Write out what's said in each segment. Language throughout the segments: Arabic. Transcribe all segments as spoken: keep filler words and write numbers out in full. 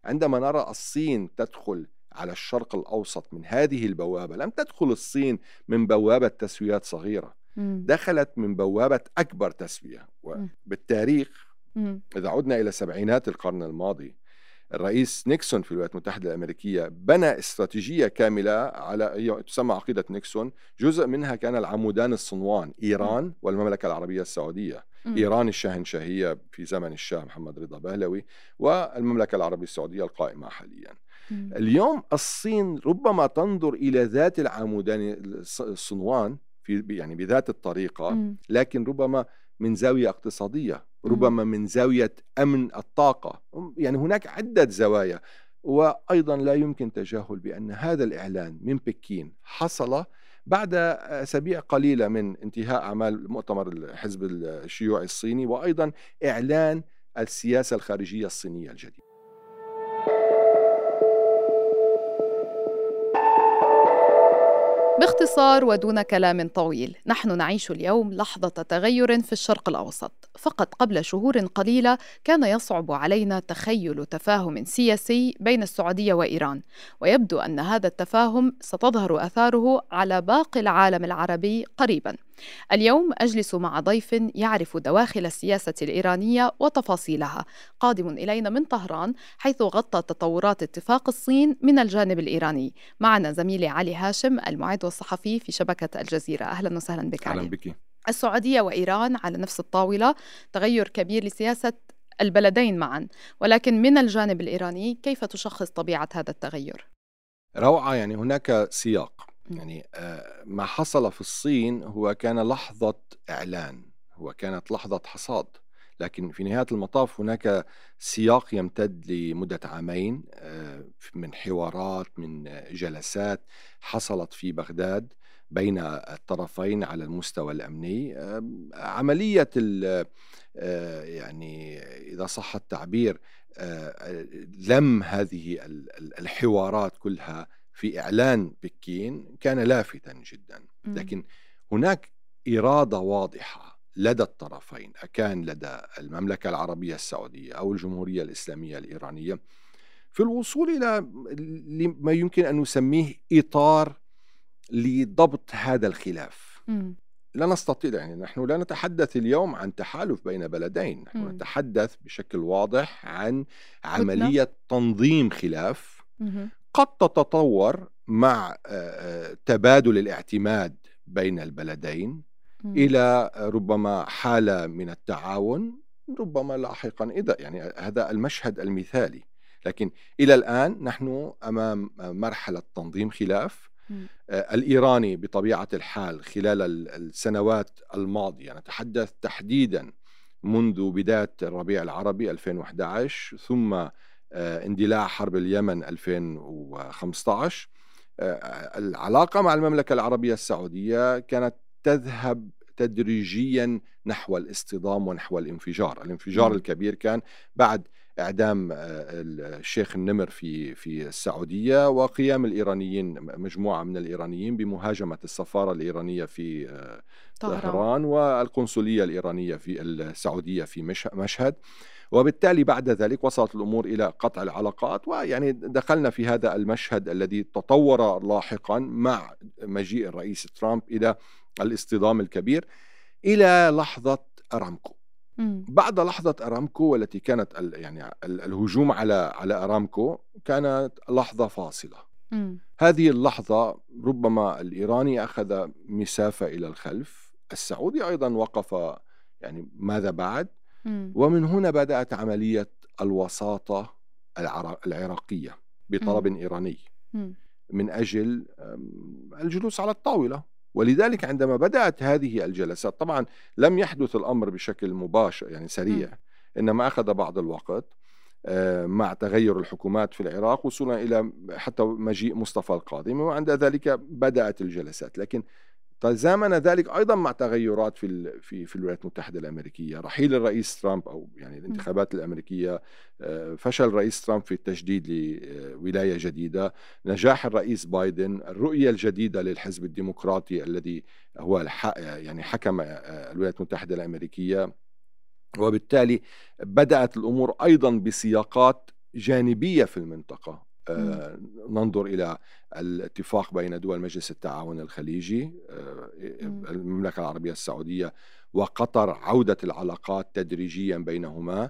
عندما نرى الصين تدخل على الشرق الأوسط من هذه البوابة، لم تدخل الصين من بوابة تسويات صغيرة، مم. دخلت من بوابة أكبر تسوية. مم. وبالتاريخ مم. إذا عدنا إلى سبعينات القرن الماضي، الرئيس نيكسون في الولايات المتحدة الأمريكية بنى استراتيجية كاملة على هي تسمى عقيدة نيكسون. جزء منها كان العمودان الصنوان، إيران والمملكة العربية السعودية. مم. إيران الشاهنشاهية في زمن الشاه محمد رضا بهلوي، والمملكة العربية السعودية القائمة حاليا. مم. اليوم الصين ربما تنظر إلى ذات العمودان الصنوان في يعني بذات الطريقة، مم. لكن ربما من زاوية اقتصادية، ربما من زاوية أمن الطاقة. يعني هناك عدة زوايا. وأيضا لا يمكن تجاهل بأن هذا الإعلان من بكين حصل بعد أسابيع قليلة من انتهاء أعمال مؤتمر الحزب الشيوعي الصيني، وأيضا إعلان السياسة الخارجية الصينية الجديدة. باختصار ودون كلام طويل، نحن نعيش اليوم لحظة تغير في الشرق الأوسط. فقط قبل شهور قليلة كان يصعب علينا تخيل تفاهم سياسي بين السعودية وإيران، ويبدو أن هذا التفاهم ستظهر آثاره على باقي العالم العربي قريباً. اليوم أجلس مع ضيف يعرف دواخل السياسة الإيرانية وتفاصيلها، قادم إلينا من طهران، حيث غطى تطورات اتفاق الصين من الجانب الإيراني. معنا زميلي علي هاشم، المعد والصحفي في شبكة الجزيرة. أهلا وسهلا بك علي. أهلا بك. السعودية وإيران على نفس الطاولة، تغير كبير لسياسة البلدين معا، ولكن من الجانب الإيراني كيف تشخص طبيعة هذا التغير؟ روعة. يعني هناك سياق. يعني ما حصل في الصين هو كان لحظة إعلان، هو كانت لحظة حصاد، لكن في نهاية المطاف هناك سياق يمتد لمدة عامين من حوارات، من جلسات حصلت في بغداد بين الطرفين على المستوى الأمني. عملية يعني إذا صح التعبير لم هذه الحوارات كلها في إعلان بكين كان لافتا جدا، لكن هناك إرادة واضحة لدى الطرفين، أكان لدى المملكة العربية السعودية أو الجمهورية الإسلامية الإيرانية، في الوصول إلى ما يمكن أن نسميه إطار لضبط هذا الخلاف. م. لا نستطيع، يعني نحن لا نتحدث اليوم عن تحالف بين بلدين، نحن م. نتحدث بشكل واضح عن عملية تنظيم خلاف م. قد تتطور مع تبادل الاعتماد بين البلدين م. إلى ربما حالة من التعاون، ربما لاحقا إذا يعني هذا المشهد المثالي. لكن إلى الآن نحن أمام مرحلة تنظيم خلاف. الإيراني بطبيعة الحال خلال السنوات الماضية، نتحدث تحديدا منذ بداية الربيع العربي ألفين وأحد عشر ثم اندلاع حرب اليمن ألفين وخمسة عشر، العلاقة مع المملكة العربية السعودية كانت تذهب تدريجيا نحو الاصطدام ونحو الانفجار. الانفجار م. الكبير كان بعد إعدام الشيخ النمر في في السعودية، وقيام الإيرانيين مجموعة من الإيرانيين بمهاجمة السفارة الإيرانية في طهران والقنصلية الإيرانية في السعودية في مشهد. وبالتالي بعد ذلك وصلت الأمور إلى قطع العلاقات، ويعني دخلنا في هذا المشهد الذي تطور لاحقا مع مجيء الرئيس ترامب إلى الاصطدام الكبير إلى لحظة أرامكو. بعد لحظة أرامكو والتي كانت يعني الهجوم على على أرامكو كانت لحظة فاصلة. م. هذه اللحظة ربما الإيراني أخذ مسافة إلى الخلف، السعودي أيضا وقف، يعني ماذا بعد؟ م. ومن هنا بدأت عملية الوساطة العراقية بطلب م. إيراني م. من أجل الجلوس على الطاولة. ولذلك عندما بدأت هذه الجلسات، طبعا لم يحدث الأمر بشكل مباشر يعني سريع، م. إنما أخذ بعض الوقت مع تغير الحكومات في العراق وصولا إلى حتى مجيء مصطفى القادم، وعند ذلك بدأت الجلسات. لكن تزامن ذلك أيضا مع تغيرات في في في الولايات المتحدة الأمريكية، رحيل الرئيس ترامب أو يعني الانتخابات الأمريكية، فشل الرئيس ترامب في التجديد لولاية جديدة، نجاح الرئيس بايدن، الرؤية الجديدة للحزب الديمقراطي الذي هو يعني حكم الولايات المتحدة الأمريكية. وبالتالي بدأت الأمور أيضا بسياقات جانبية في المنطقة. آه ننظر إلى الاتفاق بين دول مجلس التعاون الخليجي، آه المملكة العربية السعودية وقطر، عودة العلاقات تدريجيا بينهما.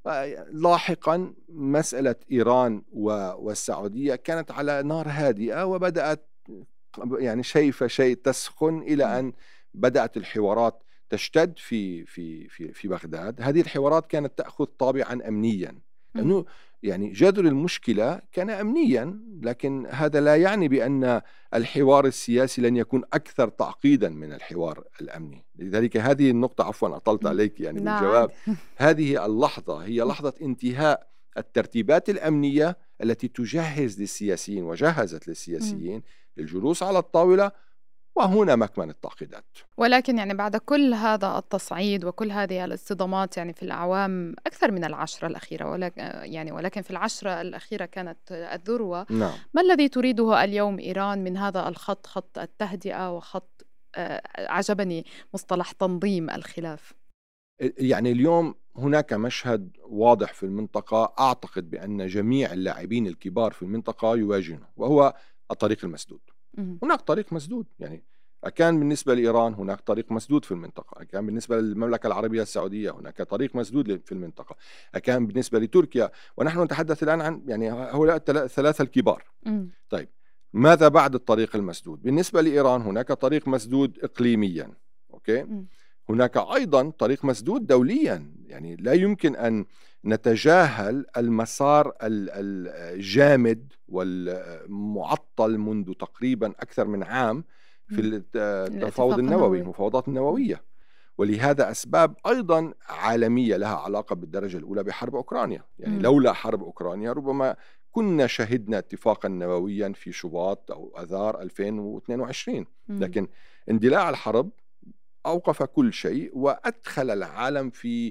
لاحقا مسألة إيران والسعودية كانت على نار هادئة، وبدأت يعني شيء فشيء تسخن إلى أن بدأت الحوارات تشتد في في في في بغداد. هذه الحوارات كانت تأخذ طابعا أمنيا، لأنه يعني جذر المشكلة كان أمنيا، لكن هذا لا يعني بأن الحوار السياسي لن يكون أكثر تعقيدا من الحوار الأمني. لذلك هذه النقطة، عفوا أطلت عليك يعني بالجواب، هذه اللحظة هي لحظة انتهاء الترتيبات الأمنية التي تجهز للسياسيين وجهزت للسياسيين للجلوس على الطاولة، وهنا مكمن التعقيدات. ولكن يعني بعد كل هذا التصعيد وكل هذه الاصطدامات يعني في الأعوام أكثر من العشرة الأخيرة، ولكن يعني ولكن في العشرة الأخيرة كانت الذروة. نعم. ما الذي تريده اليوم إيران من هذا الخط، خط التهدئة وخط آه عجبني مصطلح تنظيم الخلاف؟ يعني اليوم هناك مشهد واضح في المنطقة، أعتقد بأن جميع اللاعبين الكبار في المنطقة يواجهونه، وهو الطريق المسدود. هناك طريق مسدود، يعني كان بالنسبة لإيران هناك طريق مسدود في المنطقة، كان بالنسبة للمملكة العربية السعودية هناك طريق مسدود في المنطقة، كان بالنسبة لتركيا، ونحن نتحدث الآن عن يعني هؤلاء الثلاثة الكبار. م. طيب ماذا بعد الطريق المسدود؟ بالنسبة لإيران هناك طريق مسدود إقليميا، أوكي؟ م. هناك أيضا طريق مسدود دوليا، يعني لا يمكن أن نتجاهل المسار الجامد والمعطل منذ تقريبا أكثر من عام في التفاوض النووي، المفاوضات النووية، ولهذا أسباب أيضا عالمية لها علاقة بالدرجة الأولى بحرب أوكرانيا. يعني لولا حرب أوكرانيا ربما كنا شهدنا اتفاقا نوويا في شباط أو أذار ألفين واثنين وعشرين، لكن اندلاع الحرب أوقف كل شيء وأدخل العالم في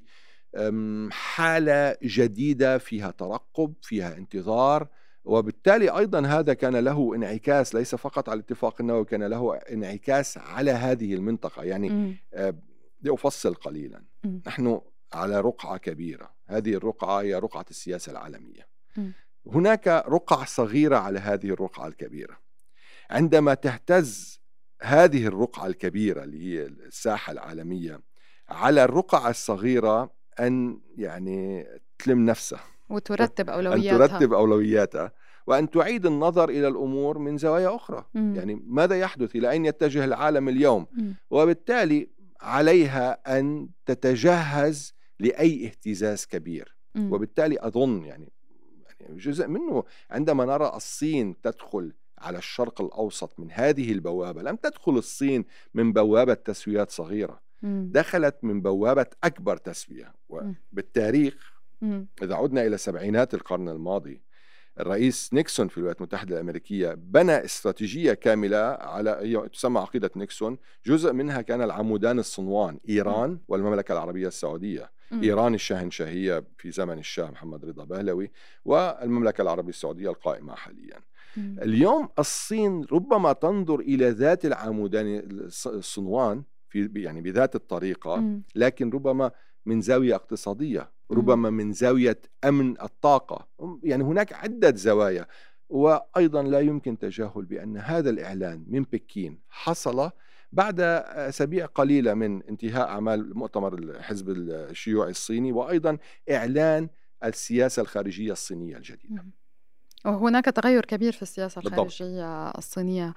حالة جديدة فيها ترقب، فيها انتظار، وبالتالي أيضا هذا كان له انعكاس ليس فقط على الاتفاق النووي، كان له انعكاس على هذه المنطقة. يعني لأفصل قليلا، م. نحن على رقعة كبيرة، هذه الرقعة هي رقعة السياسة العالمية. م. هناك رقعة صغيرة على هذه الرقعة الكبيرة. عندما تهتز هذه الرقعة الكبيرة اللي هي الساحة العالمية على الرقعة الصغيرة أن يعني تلم نفسها وترتب أولوياتها، أن ترتب أولوياتها وأن تعيد النظر إلى الأمور من زوايا أخرى. م. يعني ماذا يحدث، إلى أين يتجه العالم اليوم؟ م. وبالتالي عليها أن تتجهز لأي اهتزاز كبير. م. وبالتالي أظن يعني جزء منه عندما نرى الصين تدخل على الشرق الأوسط من هذه البوابة، لم تدخل الصين من بوابة تسويات صغيرة، م. دخلت من بوابة أكبر تسوية. وبالتاريخ م. إذا عدنا إلى سبعينات القرن الماضي، الرئيس نيكسون في الولايات المتحدة الأمريكية بنى استراتيجية كاملة على تسمى عقيدة نيكسون. جزء منها كان العمودان الصنوان، إيران م. والمملكة العربية السعودية. م. إيران الشاهنشاهية في زمن الشاه محمد رضا بهلوي، والمملكة العربية السعودية القائمة حاليا. م. اليوم الصين ربما تنظر إلى ذات العمودان الصنوان في يعني بذات الطريقة، م. لكن ربما من زاوية اقتصادية، ربما من زاوية أمن الطاقة. يعني هناك عدة زوايا. وأيضا لا يمكن تجاهل بأن هذا الإعلان من بكين حصل بعد أسابيع قليلة من انتهاء أعمال مؤتمر الحزب الشيوعي الصيني، وأيضا إعلان السياسة الخارجية الصينية الجديدة. وهناك تغير كبير في السياسة الخارجية الصينية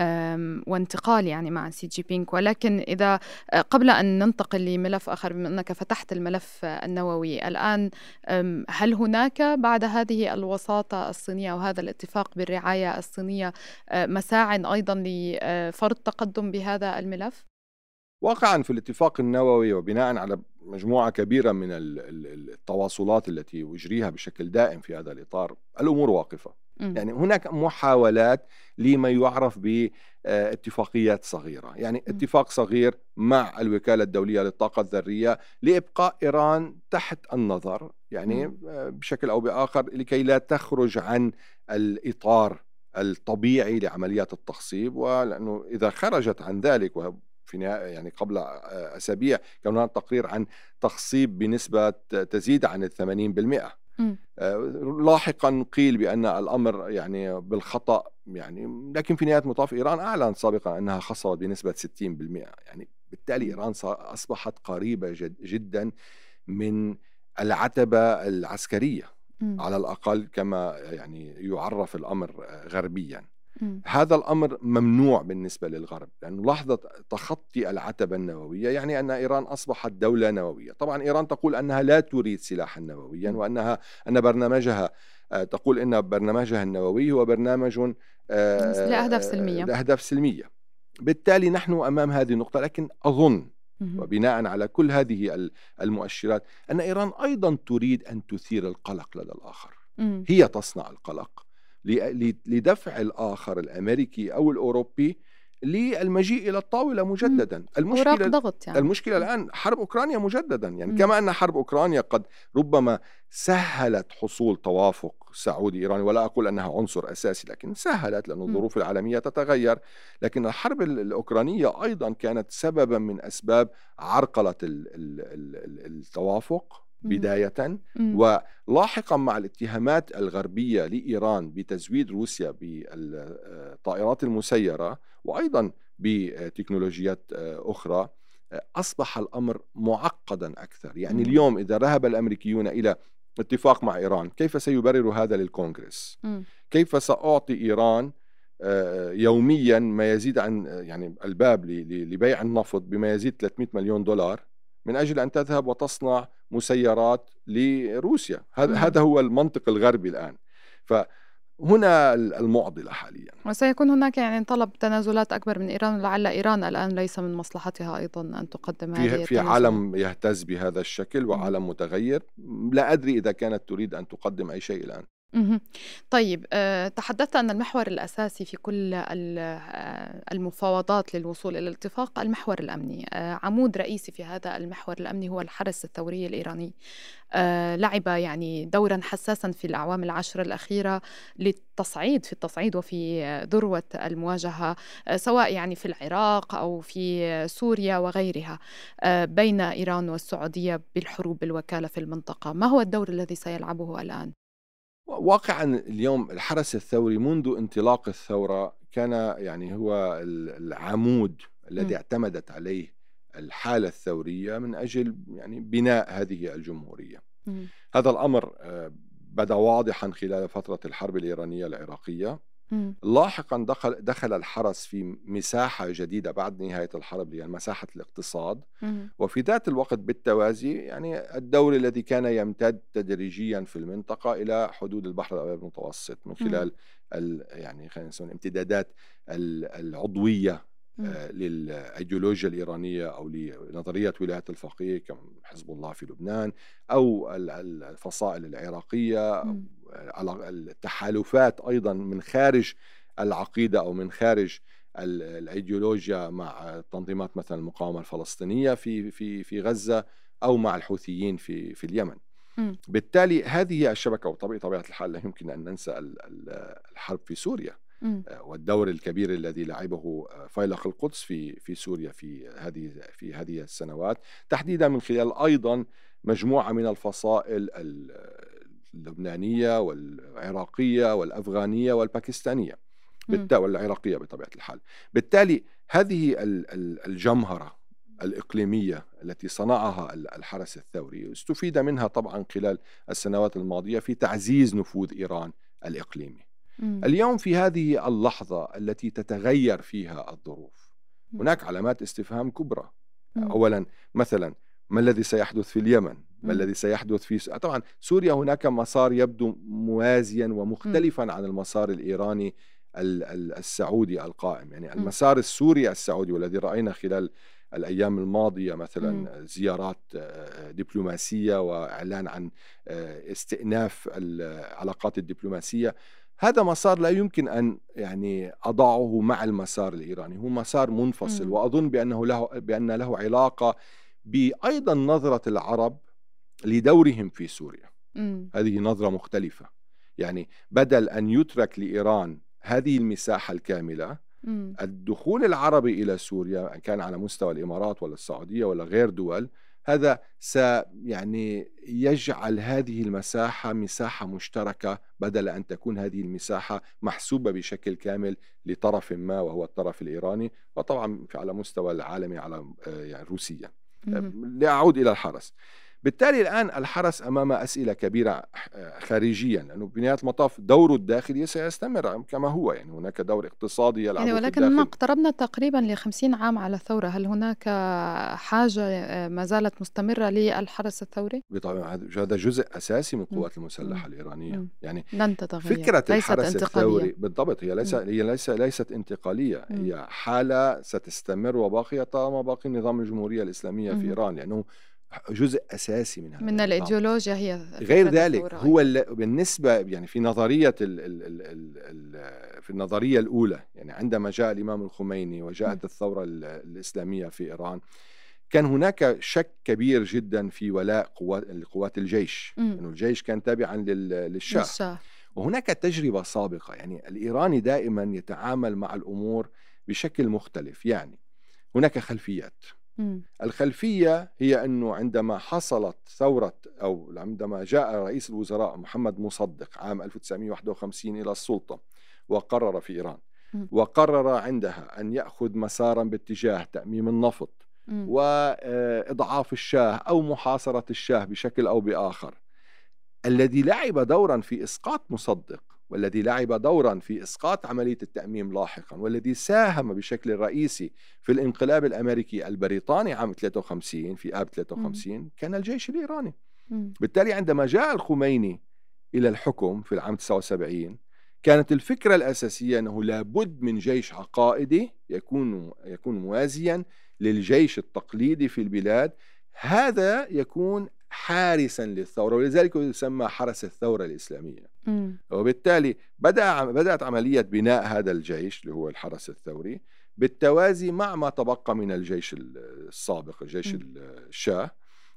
وانتقال يعني مع سي جي بينغ. ولكن إذا قبل أن ننتقل لملف آخر، بما أنك فتحت الملف النووي الآن، هل هناك بعد هذه الوساطة الصينية وهذا الاتفاق بالرعاية الصينية مساع أيضا لفرض تقدم بهذا الملف؟ واقعا في الاتفاق النووي وبناء على مجموعة كبيرة من التواصلات التي يجريها بشكل دائم في هذا الإطار، الأمور واقفة. م. يعني هناك محاولات لما يعرف باتفاقيات صغيرة، يعني م. اتفاق صغير مع الوكالة الدولية للطاقة الذرية لإبقاء إيران تحت النظر، يعني م. بشكل أو بآخر لكي لا تخرج عن الإطار الطبيعي لعمليات التخصيب. ولأنه إذا خرجت عن ذلك، و في يعني قبل أسابيع كان هناك تقرير عن تخصيب بنسبة تزيد عن الثمانين بالمئة، م. لاحقا قيل بأن الأمر يعني بالخطأ، يعني لكن في نهاية المطاف إيران أعلنت سابقا أنها خسرت بنسبة ستين بالمئة، يعني بالتالي إيران أصبحت قريبة جد جدا من العتبة العسكرية م. على الأقل كما يعني يعرف الأمر غربيا. م. هذا الأمر ممنوع بالنسبة للغرب، لأنه لحظة تخطي العتبة النووية يعني أن إيران أصبحت دولة نووية. طبعا إيران تقول أنها لا تريد سلاحا نوويا، م. وأنها أن برنامجها تقول أن برنامجها النووي هو برنامج لأهداف سلمية لأهداف سلمية. بالتالي نحن أمام هذه النقطة، لكن أظن وبناء على كل هذه المؤشرات أن إيران أيضا تريد أن تثير القلق لدى الآخر. م. هي تصنع القلق لدفع الآخر الأمريكي أو الأوروبي للمجيء إلى الطاولة مجددا. المشكلة ضغط يعني. المشكلة الآن حرب أوكرانيا مجددا، يعني م. كما أن حرب أوكرانيا قد ربما سهلت حصول توافق سعودي إيراني، ولا أقول أنها عنصر أساسي لكن سهلت لأن الظروف العالمية تتغير، لكن الحرب الأوكرانية أيضا كانت سببا من أسباب عرقلة التوافق بداية، ولاحقا مع الاتهامات الغربية لإيران بتزويد روسيا بالطائرات المسيرة وأيضا بتكنولوجيات أخرى، أصبح الأمر معقدا أكثر. يعني م. اليوم إذا ذهب الأمريكيون إلى اتفاق مع إيران، كيف سيبرر هذا للكونغرس؟ م. كيف سأعطي إيران يوميا ما يزيد عن يعني الباب لبيع النفط بما يزيد ثلاثمئة مليون دولار من أجل أن تذهب وتصنع مسيرات لروسيا؟ هذا هو المنطق الغربي الآن. فهنا المعضلة حاليا. وسيكون هناك يعني طلب تنازلات أكبر من إيران، ولعل إيران الآن ليس من مصلحتها أيضا أن تقدم هذه التنازلات. في عالم يهتز بهذا الشكل وعالم متغير، لا أدري إذا كانت تريد أن تقدم أي شيء الآن. طيب، تحدثت أن المحور الأساسي في كل المفاوضات للوصول إلى الاتفاق المحور الأمني. عمود رئيسي في هذا المحور الأمني هو الحرس الثوري الإيراني. لعب يعني دورا حساسا في الأعوام العشر الأخيرة للتصعيد في التصعيد وفي ذروة المواجهة، سواء يعني في العراق أو في سوريا وغيرها، بين إيران والسعودية بالحروب بالوكالة في المنطقة. ما هو الدور الذي سيلعبه الآن؟ واقعا اليوم الحرس الثوري منذ انطلاق الثورة كان يعني هو العمود الذي م. اعتمدت عليه الحالة الثورية من أجل يعني بناء هذه الجمهورية. م. هذا الأمر بدأ واضحا خلال فترة الحرب الإيرانية العراقية. م. لاحقا دخل, دخل الحرس في مساحة جديدة بعد نهاية الحرب، هي مساحة الاقتصاد. م. وفي ذات الوقت بالتوازي يعني الدور الذي كان يمتد تدريجيا في المنطقة إلى حدود البحر الأبيض المتوسط من خلال يعني خلينا نسمي الامتدادات العضوية آه للأيديولوجيا الإيرانية أو لنظرية ولاية الفقيه كحزب الله في لبنان، أو الفصائل العراقية، م. على التحالفات أيضا من خارج العقيدة أو من خارج الأيديولوجيا مع تنظيمات مثلا المقاومة الفلسطينية في في في غزة أو مع الحوثيين في في اليمن. م. بالتالي هذه الشبكة، وطبيعة الحال لا يمكن أن ننسى الحرب في سوريا م. والدور الكبير الذي لعبه فيلق القدس في في سوريا في هذه في هذه السنوات، تحديدا من خلال أيضا مجموعة من الفصائل اللبنانية والعراقية والأفغانية والباكستانية والعراقية بطبيعة الحال. بالتالي هذه الجمهرة الإقليمية التي صنعها الحرس الثوري استفيد منها طبعا خلال السنوات الماضية في تعزيز نفوذ إيران الإقليمي. م. اليوم في هذه اللحظة التي تتغير فيها الظروف م. هناك علامات استفهام كبرى. م. أولا مثلا ما الذي سيحدث في اليمن؟ ما الذي سيحدث في س... طبعا سوريا هناك مسار يبدو موازيا ومختلفا م. عن المسار الإيراني السعودي القائم، يعني المسار السوري السعودي والذي رأينا خلال الأيام الماضية مثلا م. زيارات دبلوماسية وإعلان عن استئناف العلاقات الدبلوماسية، هذا مسار لا يمكن أن يعني أضعه مع المسار الإيراني، هو مسار منفصل. م. وأظن بأنه له بأن له علاقة بأيضا نظرة العرب لدورهم في سوريا. م. هذه نظرة مختلفة، يعني بدل أن يترك لإيران هذه المساحة الكاملة، م. الدخول العربي إلى سوريا كان على مستوى الإمارات ولا السعودية ولا غير دول، هذا س يعني يجعل هذه المساحة مساحة مشتركة بدل أن تكون هذه المساحة محسوبة بشكل كامل لطرف ما وهو الطرف الإيراني، وطبعا على مستوى العالمي على يعني روسيا. لأعود إلى الحرس. بالتالي الآن الحرس أمام أسئلة كبيرة خارجيا، لأنه بنهاية المطاف دوره الداخلي سيستمر كما هو، يعني هناك دور اقتصادي يلعبه يعني في ولكننا الداخل. اقتربنا تقريبا لخمسين عام على الثورة، هل هناك حاجة ما زالت مستمرة للحرس الثوري؟ بالطبع هذا جزء أساسي من م. القوات المسلحة م. الإيرانية. م. يعني لن تتغير، فكرة ليست الحرس انتقالية. الثوري بالضبط هي ليس م. هي ليس ليست انتقالية، م. هي حالة ستستمر وباقية طالما باقي النظام الجمهورية الإسلامية م. في إيران، لأنه جزء أساسي من هذا من النظام. الإيديولوجيا هي غير ذلك الثورة هو أيضا. بالنسبة يعني في نظرية ال ال ال ال ال في النظرية الأولى، يعني عندما جاء الإمام الخميني وجاءت م. الثورة الإسلامية في إيران، كان هناك شك كبير جدا في ولاء قوات قوات الجيش، لأنه يعني الجيش كان تابعا للشاه. للشاه وهناك تجربة سابقة، يعني الإيراني دائما يتعامل مع الأمور بشكل مختلف. يعني هناك خلفيات. م. الخلفية هي أنه عندما حصلت ثورة أو عندما جاء رئيس الوزراء محمد مصدق عام ألف وتسعمائة وواحد وخمسين إلى السلطة وقرر في إيران، م. وقرر عندها أن يأخذ مسارا باتجاه تأميم النفط م. وإضعاف الشاه أو محاصرة الشاه بشكل أو بآخر. الذي لعب دورا في إسقاط مصدق، والذي لعب دورا في إسقاط عملية التأميم لاحقا، والذي ساهم بشكل رئيسي في الانقلاب الأمريكي البريطاني عام ثلاثة وخمسين في آب ثلاثة وخمسين م. كان الجيش الإيراني. م. بالتالي عندما جاء الخميني إلى الحكم في العام تسعة وسبعين كانت الفكرة الأساسية أنه لابد من جيش عقائدي يكون يكون موازيا للجيش التقليدي في البلاد، هذا يكون حارسا للثورة، ولذلك يسمى حرس الثورة الإسلامية. م. وبالتالي بدأ بدأت عملية بناء هذا الجيش اللي هو الحرس الثوري بالتوازي مع ما تبقى من الجيش السابق الجيش م. الشاه،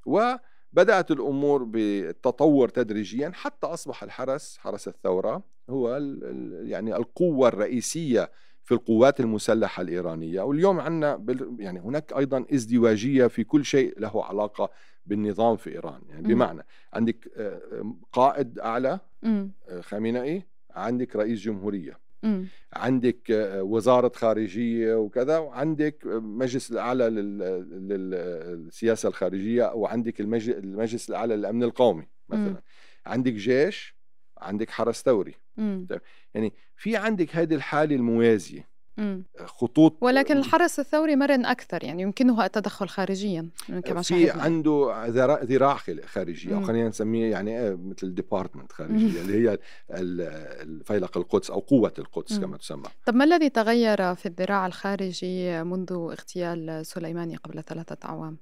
وبدأت الأمور بالتطور تدريجيا حتى أصبح الحرس حرس الثورة هو يعني القوة الرئيسية في القوات المسلحة الإيرانية. واليوم عندنا يعني هناك أيضا ازدواجية في كل شيء له علاقة بالنظام في إيران، يعني بمعنى عندك قائد أعلى خامنئي، عندك رئيس جمهورية، م. عندك وزارة خارجية وكذا، وعندك مجلس الأعلى للسياسة الخارجية، وعندك المجلس الأعلى للأمن القومي مثلا، م. عندك جيش، عندك حرس ثوري. طيب يعني في عندك هذه الحالة الموازية مم. خطوط، ولكن الحرس الثوري مرن أكثر، يعني يمكنه التدخل خارجيا كما في شاهدنا. عنده ذراع خارجية أو خلينا نسميه يعني مثل ديبارتمنت خارجية اللي هي الفيلق القدس أو قوة القدس مم. كما تسمى. طب ما الذي تغير في الذراع الخارجي منذ اغتيال سليماني قبل ثلاثة أعوام؟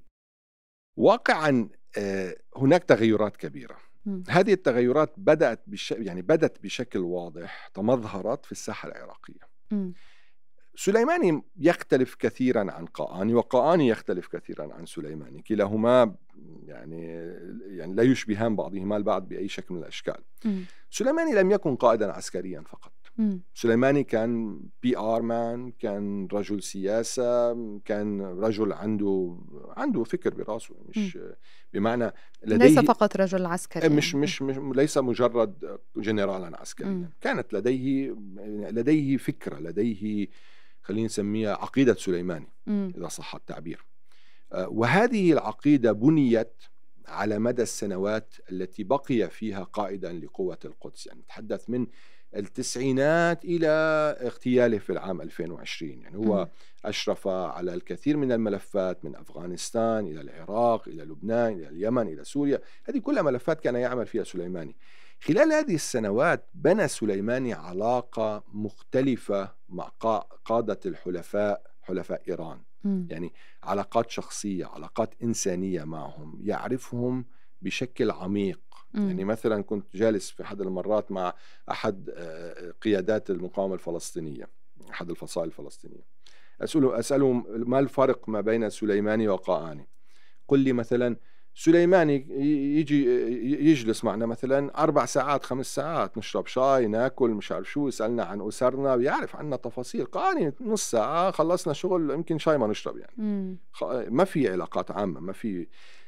واقعا هناك تغيرات كبيرة. م. هذه التغيرات بدأت بش... يعني بدت بشكل واضح، تمظهرت في الساحة العراقية. م. سليماني يختلف كثيرا عن قاآني، وقاآني يختلف كثيرا عن سليماني، كلاهما يعني يعني لا يشبهان بعضهما البعض بأي شكل من الأشكال. م. سليماني لم يكن قائدا عسكريا فقط. م. سليماني كان بي آر مان، كان رجل سياسة، كان رجل عنده عنده فكر براسه، مش م. بمعنى لديه ليس فقط رجل عسكري، مش مش, مش ليس مجرد جنرالا عسكريا. م. كانت لديه لديه فكرة، لديه خلينا نسميها عقيدة سليماني م. إذا صح التعبير. وهذه العقيدة بنيت على مدى السنوات التي بقي فيها قائدا لقوة القدس، يعني نتحدث من التسعينات إلى اغتياله في العام ألفين وعشرين. يعني هو م. أشرف على الكثير من الملفات من أفغانستان إلى العراق إلى لبنان إلى اليمن إلى سوريا، هذه كلها ملفات كان يعمل فيها سليماني. خلال هذه السنوات بنى سليماني علاقة مختلفة مع قادة الحلفاء حلفاء إيران، م. يعني علاقات شخصية، علاقات إنسانية معهم، يعرفهم بشكل عميق. م. يعني مثلا كنت جالس في أحد المرات مع أحد قيادات المقاومة الفلسطينية، أحد الفصائل الفلسطينية، أسأله, أسأله ما الفرق ما بين سليماني وقاآني. قل لي مثلا سليماني يجي يجلس معنا مثلا أربع ساعات خمس ساعات، نشرب شاي ناكل مش عارف شو، يسألنا عن أسرنا ويعرف عنا تفاصيل. قاآني نص ساعة خلصنا شغل يمكن شاي ما نشرب، يعني م. ما في علاقات عامة، ما في.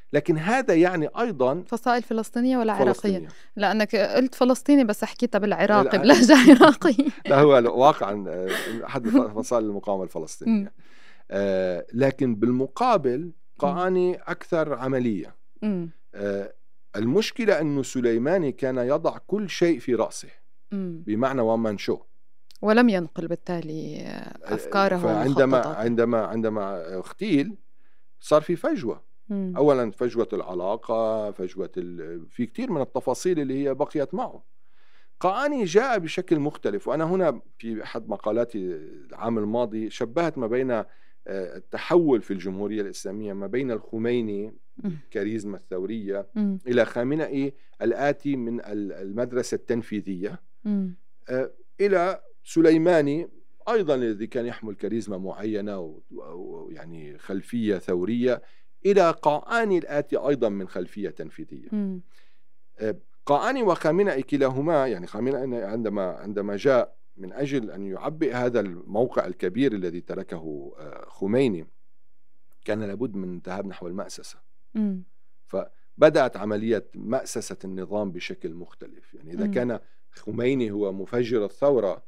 لكن هذا يعني أيضا فصائل فلسطينية ولا عراقية؟ فلسطينية. لأنك قلت فلسطيني بس حكيتها بالعراقي بلهجة عراقية. لا، هو واقعا أحد فصائل المقاومة الفلسطينية. آه لكن بالمقابل قاعاني أكثر عملية. آه المشكلة أنه سليماني كان يضع كل شيء في رأسه بمعنى ومن شو، ولم ينقل بالتالي أفكاره. فعندما عندما عندما اغتيل صار في فجوة. مم. أولا فجوة العلاقة، فجوة ال... في كثير من التفاصيل اللي هي بقيت معه. قاعاني جاء بشكل مختلف، وأنا هنا في أحد مقالاتي العام الماضي شبهت ما بين التحول في الجمهورية الإسلامية ما بين الخميني كاريزما الثورية م. إلى خامنئي الآتي من المدرسة التنفيذية م. إلى سليماني أيضا الذي كان يحمل كاريزما معينة ويعني خلفية ثورية، إلى قاعاني الآتي أيضا من خلفية تنفيذية. م. قاعاني وخامنئي كلاهما، يعني خامنئي عندما عندما جاء من أجل أن يعبئ هذا الموقع الكبير الذي تركه خميني، كان لابد من الذهاب نحو المأسسة. م. فبدأت عملية مأسسة النظام بشكل مختلف. يعني إذا م. كان خميني هو مفجر الثورة،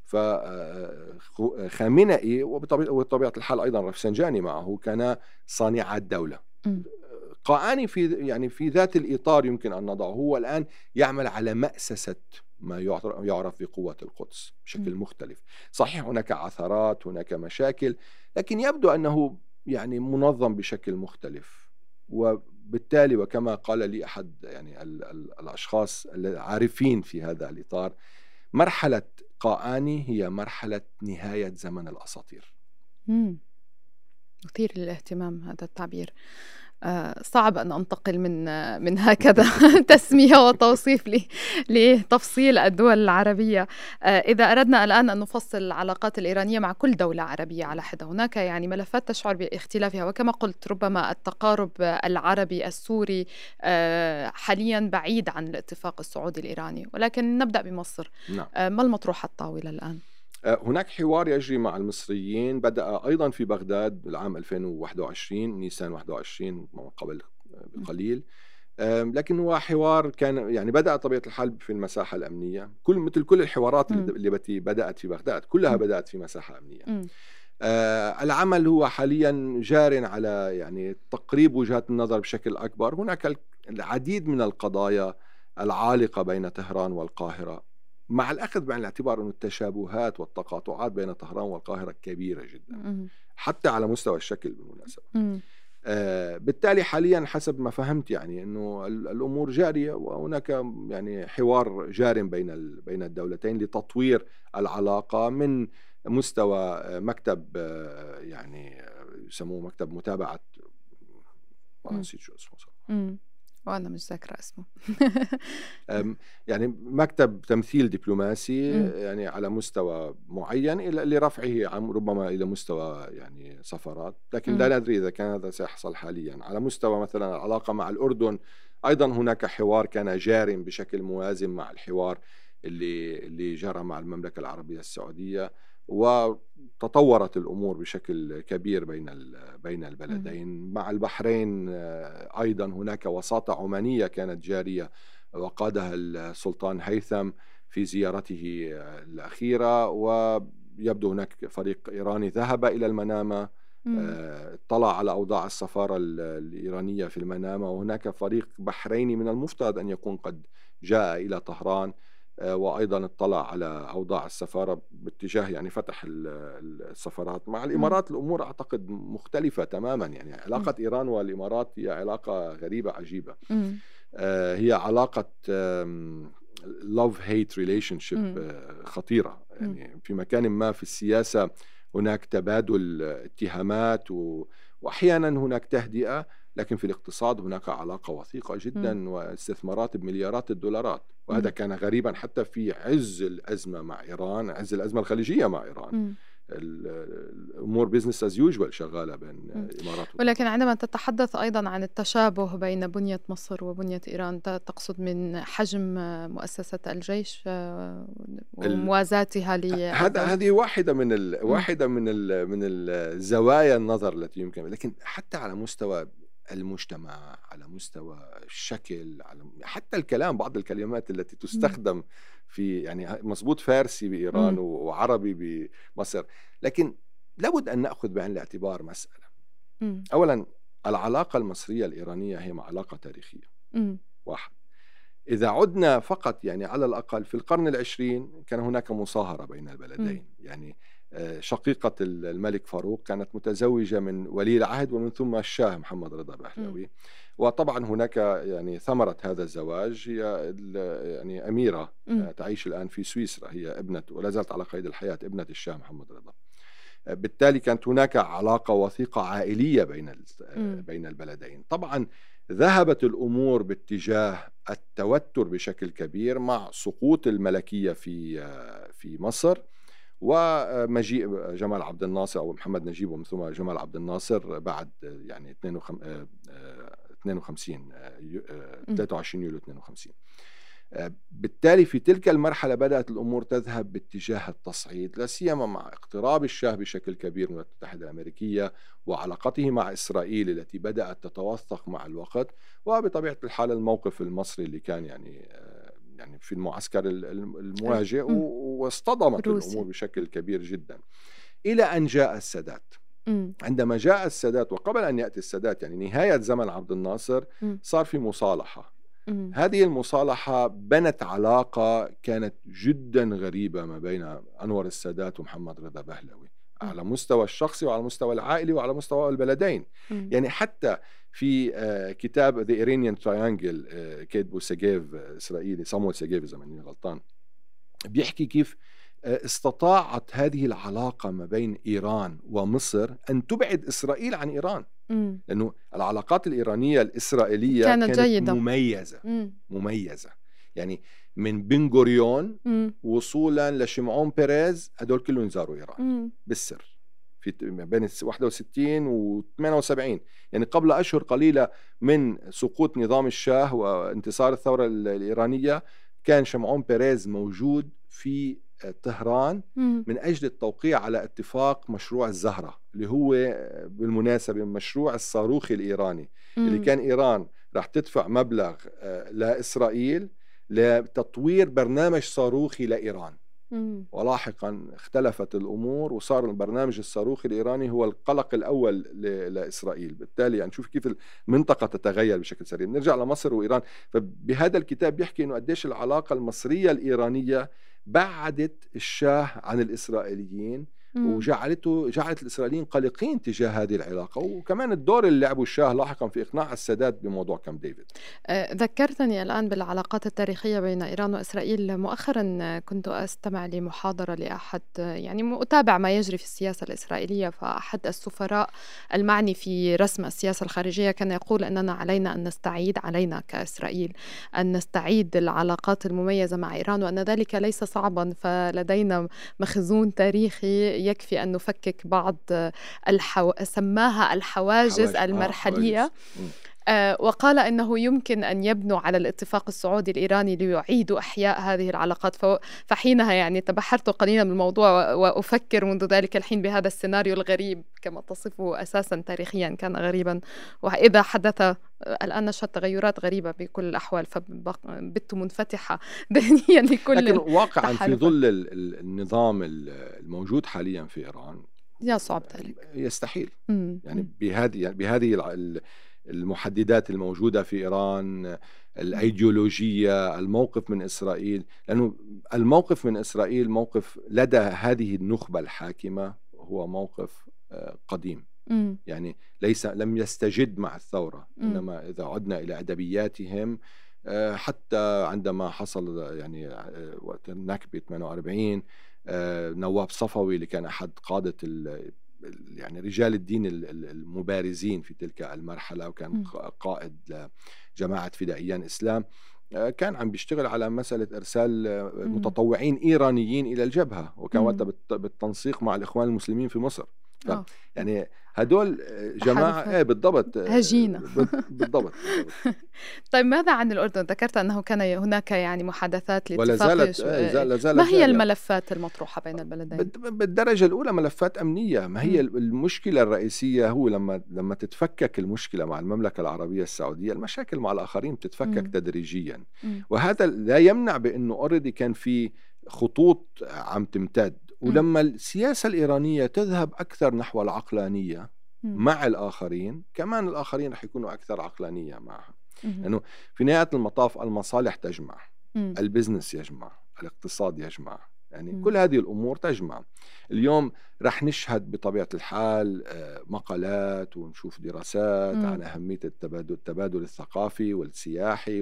فخامنئي وبطبيعة الحال أيضا رفسنجاني معه كان صانع الدولة. م. قاعاني في يعني في ذات الإطار يمكن أن نضعه. هو الآن يعمل على مأسسة ما يعرف بقوة القدس بشكل م. مختلف. صحيح هناك عثرات، هناك مشاكل، لكن يبدو أنه يعني منظم بشكل مختلف. وبالتالي وكما قال لي أحد يعني ال ال الأشخاص العارفين في هذا الإطار، مرحلة قاعاني هي مرحلة نهاية زمن الأساطير. مم. مثير للاهتمام هذا التعبير. آه صعب أن أنتقل من من هكذا تسمية وتوصيف لتفصيل الدول العربية. آه إذا أردنا الآن أن نفصل العلاقات الإيرانية مع كل دولة عربية على حدة، هناك يعني ملفات تشعر باختلافها، وكما قلت ربما التقارب العربي السوري آه حاليا بعيد عن الاتفاق السعودي الإيراني. ولكن نبدأ بمصر. نعم. آه ما المطروح على الطاولة الآن؟ هناك حوار يجري مع المصريين، بدأ أيضا في بغداد العام ألفين وواحد وعشرين نيسان واحد وعشرين قبل بقليل. لكن هو حوار كان يعني بدأ طبيعة الحال في المساحة الأمنية، كل مثل كل الحوارات م. اللي بتي بدأت في بغداد كلها م. بدأت في مساحة أمنية. آه العمل هو حاليا جار على يعني تقريب وجهات النظر بشكل أكبر. هناك العديد من القضايا العالقة بين طهران والقاهرة، مع الأخذ بعين الاعتبار أن التشابهات والتقاطعات بين طهران والقاهرة كبيرة جدا حتى على مستوى الشكل بالمناسبة. آه بالتالي حاليا حسب ما فهمت يعني أنه الأمور جارية، وهناك يعني حوار جار بين بين الدولتين لتطوير العلاقة من مستوى مكتب آه يعني يسموه مكتب متابعة، ما نسيت شو اسمه صراحة، وأنا مش ذاكرة اسمه يعني مكتب تمثيل دبلوماسي م. يعني على مستوى معين إلى لرفعه ربما إلى مستوى يعني سفارات، لكن م. لا ندري إذا كان هذا سيحصل حاليا. على مستوى مثلا العلاقة مع الأردن أيضا هناك حوار كان جار بشكل موازن مع الحوار اللي اللي جرى مع المملكة العربية السعودية، وتطورت الأمور بشكل كبير بين بين البلدين. م. مع البحرين أيضا هناك وساطة عمانية كانت جارية وقادها السلطان هيثم في زيارته الأخيرة، ويبدو هناك فريق إيراني ذهب إلى المنامة اطلع على أوضاع السفارة الإيرانية في المنامة، وهناك فريق بحريني من المفترض أن يكون قد جاء إلى طهران وأيضا اطلع على أوضاع السفارة باتجاه يعني فتح السفارات. مع الإمارات الأمور أعتقد مختلفة تماما، يعني علاقة م. إيران والإمارات هي علاقة غريبة عجيبة. آه هي علاقة love hate relationship آه خطيرة، يعني م. في مكان ما في السياسة هناك تبادل اتهامات وأحيانا هناك تهدئة، لكن في الاقتصاد هناك علاقة وثيقة جدا م. واستثمارات بمليارات الدولارات، وهذا م. كان غريبا حتى في عز الأزمة مع إيران، عز الأزمة الخليجية مع إيران. م. الأمور بيزنس از يوجوال شغالة بين الإمارات. ولكن عندما تتحدث أيضا عن التشابه بين بنية مصر وبنية إيران، تقصد من حجم مؤسسة الجيش وموازاتها ل هذا هذه واحدة من ال... واحدة من ال... من الزوايا النظر التي يمكن، لكن حتى على مستوى المجتمع، على مستوى الشكل، على حتى الكلام، بعض الكلمات التي تستخدم في يعني مضبوط فارسي بإيران مم. وعربي بمصر. لكن لابد أن نأخذ بعين الاعتبار مسألة. مم. أولا، العلاقة المصرية الإيرانية هي علاقة تاريخية. مم. واحد، إذا عدنا فقط يعني على الأقل في القرن العشرين كان هناك مصاهرة بين البلدين. مم. يعني شقيقة الملك فاروق كانت متزوجة من ولي العهد ومن ثم الشاه محمد رضا بهلوي. وطبعا هناك يعني ثمرة هذا الزواج هي يعني أميرة مم. تعيش الآن في سويسرا، هي ابنة ولا زالت على قيد الحياة، ابنة الشاه محمد رضا. بالتالي كانت هناك علاقة وثيقة عائلية بين بين البلدين. طبعا ذهبت الأمور باتجاه التوتر بشكل كبير مع سقوط الملكية في في مصر ومجيء جمال عبد الناصر أو محمد نجيب ومن ثم جمال عبد الناصر بعد يعني اثنين وخمسين ثلاثة وعشرين يوليو اثنين وخمسين. بالتالي في تلك المرحلة بدأت الأمور تذهب باتجاه التصعيد، لا سيما مع اقتراب الشاه بشكل كبير من الولايات المتحدة الأمريكية وعلاقته مع إسرائيل التي بدأت تتوثق مع الوقت، وبطبيعة الحال الموقف المصري اللي كان يعني يعني في المعسكر المواجه واصطدمت الأمور بشكل كبير جدا إلى أن جاء السادات. عندما جاء السادات وقبل أن يأتي السادات يعني نهاية زمن عبد الناصر صار في مصالحة. هذه المصالحة بنت علاقة كانت جدا غريبة ما بين أنور السادات ومحمد رضا بهلوي على مستوى الشخصي وعلى مستوى العائلي وعلى مستوى البلدين. يعني حتى في كتاب The Iranian Triangle كاتبه سيجيف إسرائيلي، صامويل سيجيف إذا ماني غلطان، بيحكي كيف استطاعت هذه العلاقة ما بين إيران ومصر أن تبعد إسرائيل عن إيران. مم. لأنه العلاقات الإيرانية الإسرائيلية كانت, كانت جيدة. مميزة مم. مميزة يعني من بن غوريون مم. وصولا لشمعون بيريز، هدول كلهم زاروا إيران مم. بالسر في بين واحد وستين و ثمانية وسبعين، يعني قبل أشهر قليلة من سقوط نظام الشاه وانتصار الثورة الإيرانية كان شمعون بيريز موجود في طهران من أجل التوقيع على اتفاق مشروع الزهرة اللي هو بالمناسبة مشروع الصاروخ الإيراني مم. اللي كان إيران راح تدفع مبلغ لإسرائيل لتطوير برنامج صاروخي لإيران. مم. ولاحقا اختلفت الأمور وصار البرنامج الصاروخي الإيراني هو القلق الأول لإسرائيل. بالتالي يعني نشوف كيف المنطقة تتغير بشكل سريع. نرجع لمصر وإيران، فبهذا الكتاب بيحكي إنه قديش العلاقة المصرية الإيرانية بعدت الشاه عن الإسرائيليين مم. وجعلته جعلت الإسرائيليين قلقين تجاه هذه العلاقة، وكمان الدور اللي لعبه الشاه لاحقا في إقناع السادات بموضوع كامب ديفيد. أه ذكرتني الآن بالعلاقات التاريخية بين إيران وإسرائيل. مؤخرا كنت أستمع لمحاضرة لأحد يعني أتابع ما يجري في السياسة الإسرائيلية، فأحد السفراء المعني في رسم السياسة الخارجية كان يقول أننا علينا أن نستعيد علينا كإسرائيل أن نستعيد العلاقات المميزة مع إيران، وأن ذلك ليس صعبا، فلدينا مخزون تاريخي يكفي أن نفكك بعض الحو... سماها الحواجز حواجز. المرحلية آه، آه، وقال أنه يمكن أن يبنوا على الاتفاق السعودي الإيراني ليعيدوا إحياء هذه العلاقات. فحينها يعني تبحرت قليلا بالموضوع وأفكر منذ ذلك الحين بهذا السيناريو الغريب كما تصفه أساسا تاريخيا كان غريبا، وإذا حدث الآن نشهد تغيرات غريبة بكل الأحوال، فبت منفتحة ذهنيا لكل لكن واقعا في ظل النظام الموجود حاليا في إيران يصعب ذلك، يستحيل مم. يعني بهذه يعني بهذه المحددات الموجودة في إيران، الأيديولوجية، الموقف من إسرائيل، لأنه الموقف من إسرائيل موقف لدى هذه النخبة الحاكمة هو موقف قديم مم. يعني ليس لم يستجد مع الثورة مم. إنما إذا عدنا إلى أدبياتهم حتى عندما حصل يعني وقت النكبة ثمانية وأربعين نواب صفوي اللي كان أحد قادة يعني رجال الدين المبارزين في تلك المرحلة وكان م. قائد لجماعة فدائيان إسلام، كان عم بيشتغل على مسألة إرسال متطوعين إيرانيين إلى الجبهة، وكان وقتها بالتنسيق مع الإخوان المسلمين في مصر. آه. يعني هدول جماعة ايه بالضبط هجينة. بالضبط, بالضبط. طيب ماذا عن الأردن؟ ذكرت أنه كان هناك يعني محادثات ولا لاتفاق زالت شو... ايه زال زالت ما هي جارية. الملفات المطروحة بين البلدين؟ بالدرجة الأولى ملفات أمنية. ما هي م. المشكلة الرئيسية هو لما لما تتفكك المشكلة مع المملكة العربية السعودية، المشاكل مع الآخرين تتفكك م. تدريجيا م. وهذا لا يمنع بأنه أوريدي كان في خطوط عم تمتد. ولما السياسة الإيرانية تذهب أكثر نحو العقلانية م. مع الآخرين، كمان الآخرين رح يكونوا أكثر عقلانية معها. لأنه في نهاية المطاف المصالح تجمع، م. البزنس يجمع، الاقتصاد يجمع، يعني م. كل هذه الأمور تجمع. اليوم رح نشهد بطبيعة الحال مقالات ونشوف دراسات م. عن أهمية التبادل, التبادل الثقافي والسياحي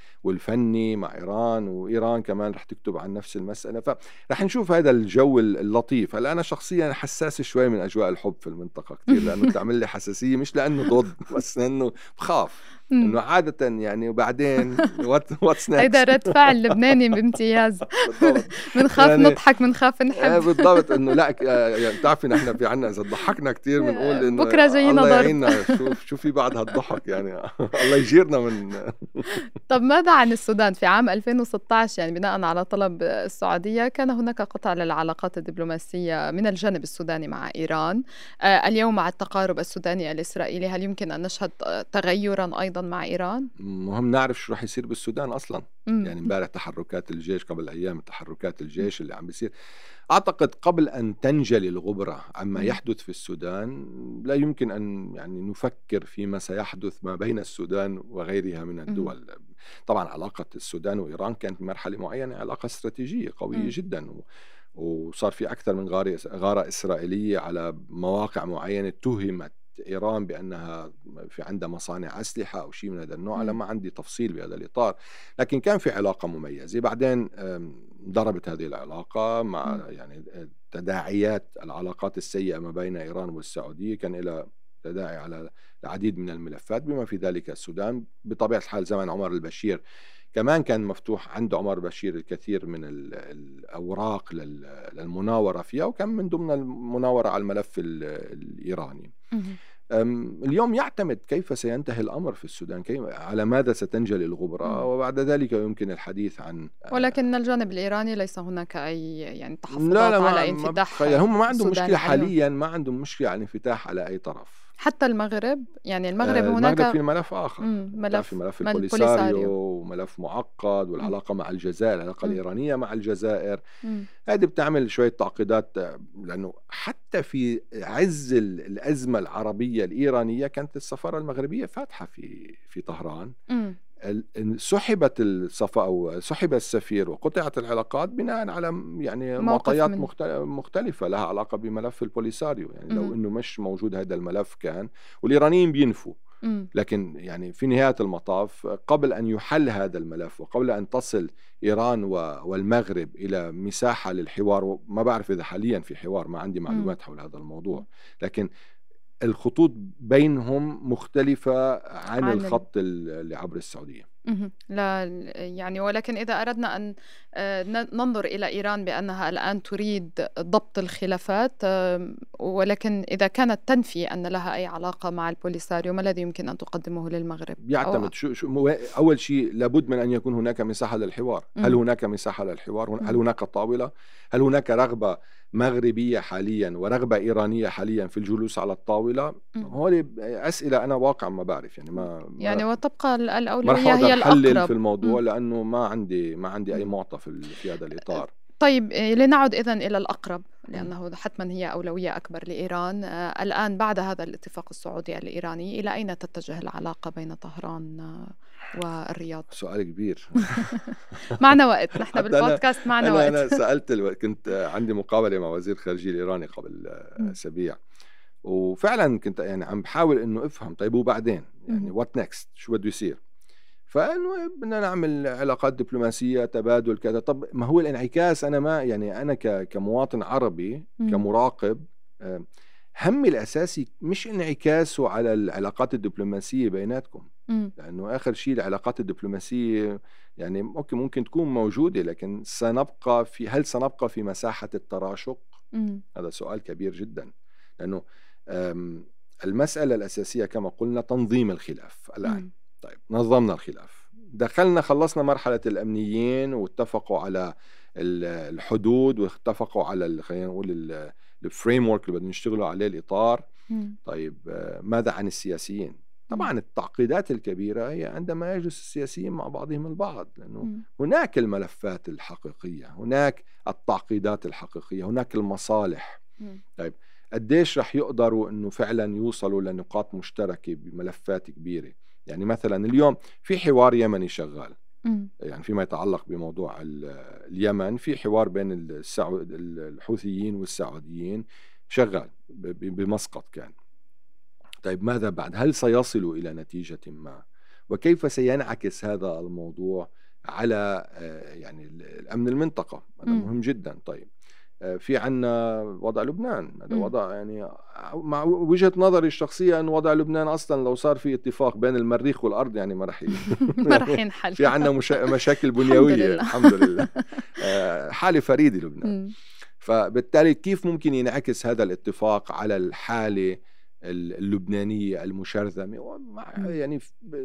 والفني مع إيران، وإيران كمان رح تكتب عن نفس المسألة. فرح نشوف هذا الجو اللطيف. هلا أنا شخصيا حساس شوي من أجواء الحب في المنطقة كتير، لأنه تعمل لي حساسية، مش لأنه ضد بس لأنه بخاف انه عادة يعني. وبعدين واتس هيدا رد فعل لبناني بامتياز. بنخاف يعني نضحك بنخاف نحب. بالضبط. انه لا يعني بتعرفي نحن في عنا اذا ضحكنا كتير بنقول انه بكره جاينا الله ضرب. يعيننا، شو شو في بعد هالضحك يعني. الله يجيرنا من. طب ماذا عن السودان؟ في عام ألفين وستة عشر يعني بناء على طلب السعودية كان هناك قطع للعلاقات الدبلوماسية من الجانب السوداني مع إيران. آه اليوم مع التقارب السوداني الإسرائيلي هل يمكن أن نشهد تغيرا أيضا مع إيران؟ مهم نعرف شو رح يصير بالسودان أصلا. مم. يعني امبارح تحركات الجيش، قبل أيام تحركات الجيش اللي عم بيصير. أعتقد قبل أن تنجلي الغبرة عما مم. يحدث في السودان لا يمكن أن يعني نفكر فيما سيحدث ما بين السودان وغيرها من الدول. مم. طبعا علاقة السودان وإيران كانت بمرحلة معينة علاقة استراتيجية قوية مم. جدا، وصار في أكثر من غارة إسرائيلية على مواقع معينة اتهمت إيران بأنها في عندها مصانع أسلحة أو شيء من هذا النوع. أنا ما عندي تفصيل بهذا الإطار، لكن كان في علاقة مميزة. بعدين ضربت هذه العلاقة مع يعني تداعيات العلاقات السيئة ما بين إيران والسعودية، كان إلى تداعي على العديد من الملفات بما في ذلك السودان. بطبيعة الحال زمن عمر البشير كمان كان مفتوح عند عمر البشير الكثير من الأوراق للمناورة فيها، وكان من ضمن المناورة على الملف الإيراني. اليوم يعتمد كيف سينتهي الأمر في السودان، كيف على ماذا ستنجلي الغبرة، وبعد ذلك يمكن الحديث عن. ولكن الجانب الإيراني ليس هناك أي يعني تحفظات لا لا على انفتاح. هم ما عندهم مشكلة حاليا، ما عندهم مشكلة على انفتاح على أي طرف. حتى المغرب يعني المغرب آه هناك المغرب في ملف آخر، ملف في ملف البوليساريو وملف معقد، والعلاقة مع الجزائر، العلاقة م. الإيرانية مع الجزائر هذه بتعمل شوية تعقيدات، لأنه حتى في عز الأزمة العربية الإيرانية كانت السفارة المغربية فاتحة في في طهران. م. سحبت الصفا أو سحب السفير وقطعت العلاقات بناء على يعني معطيات مختلفة لها علاقة بملف البوليساريو. يعني لو إنه مش موجود هذا الملف كان، والإيرانيين بينفوا، لكن يعني في نهاية المطاف قبل أن يحل هذا الملف وقبل أن تصل إيران والمغرب إلى مساحة للحوار، ما بعرف إذا حاليا في حوار، ما عندي معلومات حول هذا الموضوع، لكن الخطوط بينهم مختلفة عن, عن الخط اللي عبر السعودية. لا يعني، ولكن إذا أردنا أن ننظر إلى إيران بأنها الآن تريد ضبط الخلافات، ولكن إذا كانت تنفي أن لها أي علاقة مع البوليساريو، ما الذي يمكن أن تقدمه للمغرب؟ يعتمد شو شو أول شيء لابد من أن يكون هناك مساحة للحوار. هل هناك مساحة للحوار؟ هل هناك طاولة؟ هل هناك رغبة مغربية حاليا ورغبة إيرانية حاليا في الجلوس على الطاولة؟ هذه أسئلة أنا واقع ما بعرف يعني ما يعني ما وتبقى الأولوية هي الأقرب في الموضوع، لأنه ما عندي ما عندي أي معطى في هذا الإطار. طيب لنعد إذن إلى الأقرب، لأنه حتما هي أولوية أكبر لإيران. آه الآن بعد هذا الاتفاق السعودي الإيراني إلى أين تتجه العلاقة بين طهران والرياض؟ سؤال كبير. معنا وقت، نحن بالبودكاست معنا أنا وقت. أنا سألت الو... كنت عندي مقابلة مع وزير الخارجية الإيراني قبل أسابيع، وفعلا كنت يعني عم بحاول إنه أفهم طيب وبعدين يعني وات نيكست، شو بده يصير؟ فإنه بدنا نعمل علاقات دبلوماسية، تبادل كذا. طب ما هو الانعكاس، أنا ما يعني أنا كمواطن عربي كمراقب همي الأساسي مش انعكاسه على العلاقات الدبلوماسية بيناتكم، لأنه آخر شيء العلاقات الدبلوماسية يعني ممكن ممكن تكون موجودة، لكن سنبقى في هل سنبقى في مساحة التراشق؟ هذا سؤال كبير جدا. لأنه المسألة الأساسية كما قلنا تنظيم الخلاف الآن. م. طيب نظمنا الخلاف، دخلنا خلصنا مرحلة الأمنيين واتفقوا على الحدود واتفقوا على خلينا نقول الفريم ورك اللي بدنا نشتغلوا عليه، الإطار. م. طيب ماذا عن السياسيين؟ طبعا م. التعقيدات الكبيرة هي عندما يجلس السياسيين مع بعضهم البعض، لأنه م. هناك الملفات الحقيقية، هناك التعقيدات الحقيقية، هناك المصالح. م. طيب قديش رح يقدروا أنه فعلا يوصلوا لنقاط مشتركة بملفات كبيرة؟ يعني مثلا اليوم في حوار يمني شغال، م. يعني فيما يتعلق بموضوع اليمن، في حوار بين السعود الحوثيين والسعوديين شغال بمسقط كان. طيب ماذا بعد؟ هل سيصلوا إلى نتيجة ما؟ وكيف سينعكس هذا الموضوع على يعني الأمن المنطقة؟ هذا مهم جدا. طيب في عنا وضع لبنان، هذا وضع يعني مع وجهة نظري الشخصية أن وضع لبنان أصلا لو صار في اتفاق بين المريخ والأرض يعني ما رح ما رح ينحل. في عنا مشا... مشاكل بنيوية الحمد لله. حالة فريدة لبنان. فبالتالي كيف ممكن ينعكس هذا الاتفاق على الحالة اللبنانية المشرذمة؟ يعني